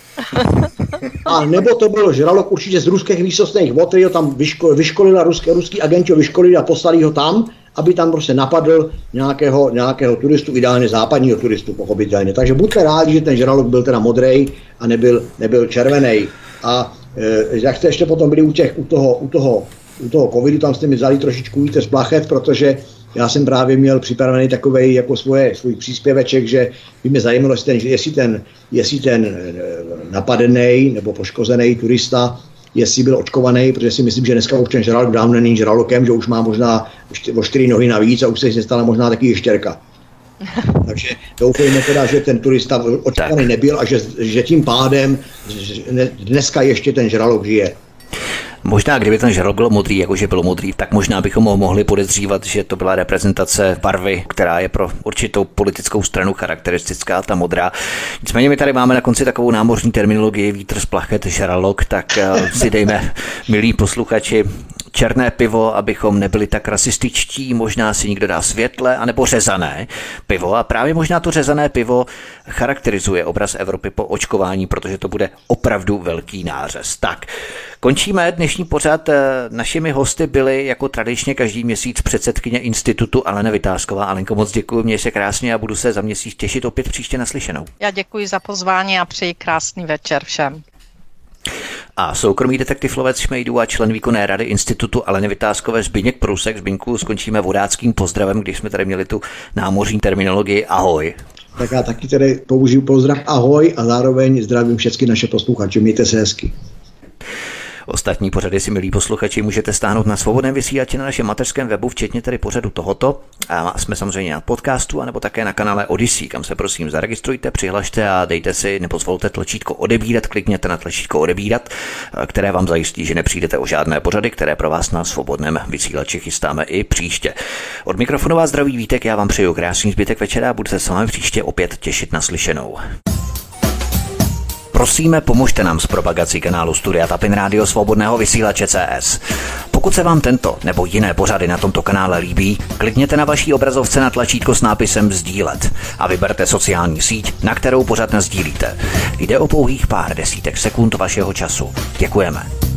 a nebo to byl žralok určitě z ruských výsostných vod, který ho tam vyškolila ruský agenti, vyškolili a poslali ho tam, aby tam prostě napadl nějakého turistu, ideálně západního turistu, pochopitelně. Takže buďte rádi, že ten žralok byl teda modrej a nebyl červený. A jak jste ještě potom byli u toho covidu, tam jste mi vzali trošičku více z plachet, protože já jsem právě měl připravený takovej jako svůj příspěveček, že by mě zajímalo, jestli ten napadený nebo poškozený turista, jestli byl očkovaný, protože si myslím, že dneska už ten žralok dávno není žralokem, že už má možná o 4 nohy navíc a už se stala možná taky ještěrka. Takže doufejme teda, že ten turista očkovaný nebyl a že tím pádem dneska ještě ten žralok žije. Možná, kdyby ten žralok byl modrý, jakože byl modrý, tak možná bychom ho mohli podezřívat, že to byla reprezentace barvy, která je pro určitou politickou stranu charakteristická, ta modrá. Nicméně my tady máme na konci takovou námořní terminologii vítr z plachet, žralok, tak si dejme, milí posluchači, černé pivo, abychom nebyli tak rasističtí, možná si někdo dá světle, anebo řezané pivo. A právě možná to řezané pivo charakterizuje obraz Evropy po očkování, protože to bude opravdu velký nářez. Tak, končíme dnešní pořad. Našimi hosty byli jako tradičně každý měsíc předsedkyně institutu Alena Vitásková. Alenko, moc děkuji, měj se krásně a budu se za měsíc těšit opět příště naslyšenou. Já děkuji za pozvání a přeji krásný večer všem. A soukromý detektiv lovec šmejdů a člen výkonné rady institutu Aleny Vitáskové Zbyněk Průsek. Zbyňku, skončíme vodáckým pozdravem, když jsme tady měli tu námořní terminologii. Ahoj. Tak já taky tedy použiju pozdrav ahoj a zároveň zdravím všechny naše posluchače. Mějte se hezky. Ostatní pořady si, milí posluchači, můžete stáhnout na Svobodném vysílači na našem mateřském webu, včetně tedy pořadu tohoto. A jsme samozřejmě na podcastu, anebo také na kanále Odyssey, kam se prosím zaregistrujte, přihlašte a dejte si, nebo zvolte tlačítko odebírat, klikněte na tlačítko odebírat, které vám zajistí, že nepřijdete o žádné pořady, které pro vás na Svobodném vysílači chystáme i příště. Od mikrofonu vás zdraví Vítek, já vám přeju krásný zbytek večera a budu se s vámi příště opět těšit na slyšenou. Prosíme, pomožte nám s propagací kanálu Studia Tapin Rádio Svobodného vysílače CS. Pokud se vám tento nebo jiné pořady na tomto kanále líbí, klikněte na vaší obrazovce na tlačítko s nápisem sdílet a vyberte sociální síť, na kterou pořad nasdílíte. Jde o pouhých pár desítek sekund vašeho času. Děkujeme.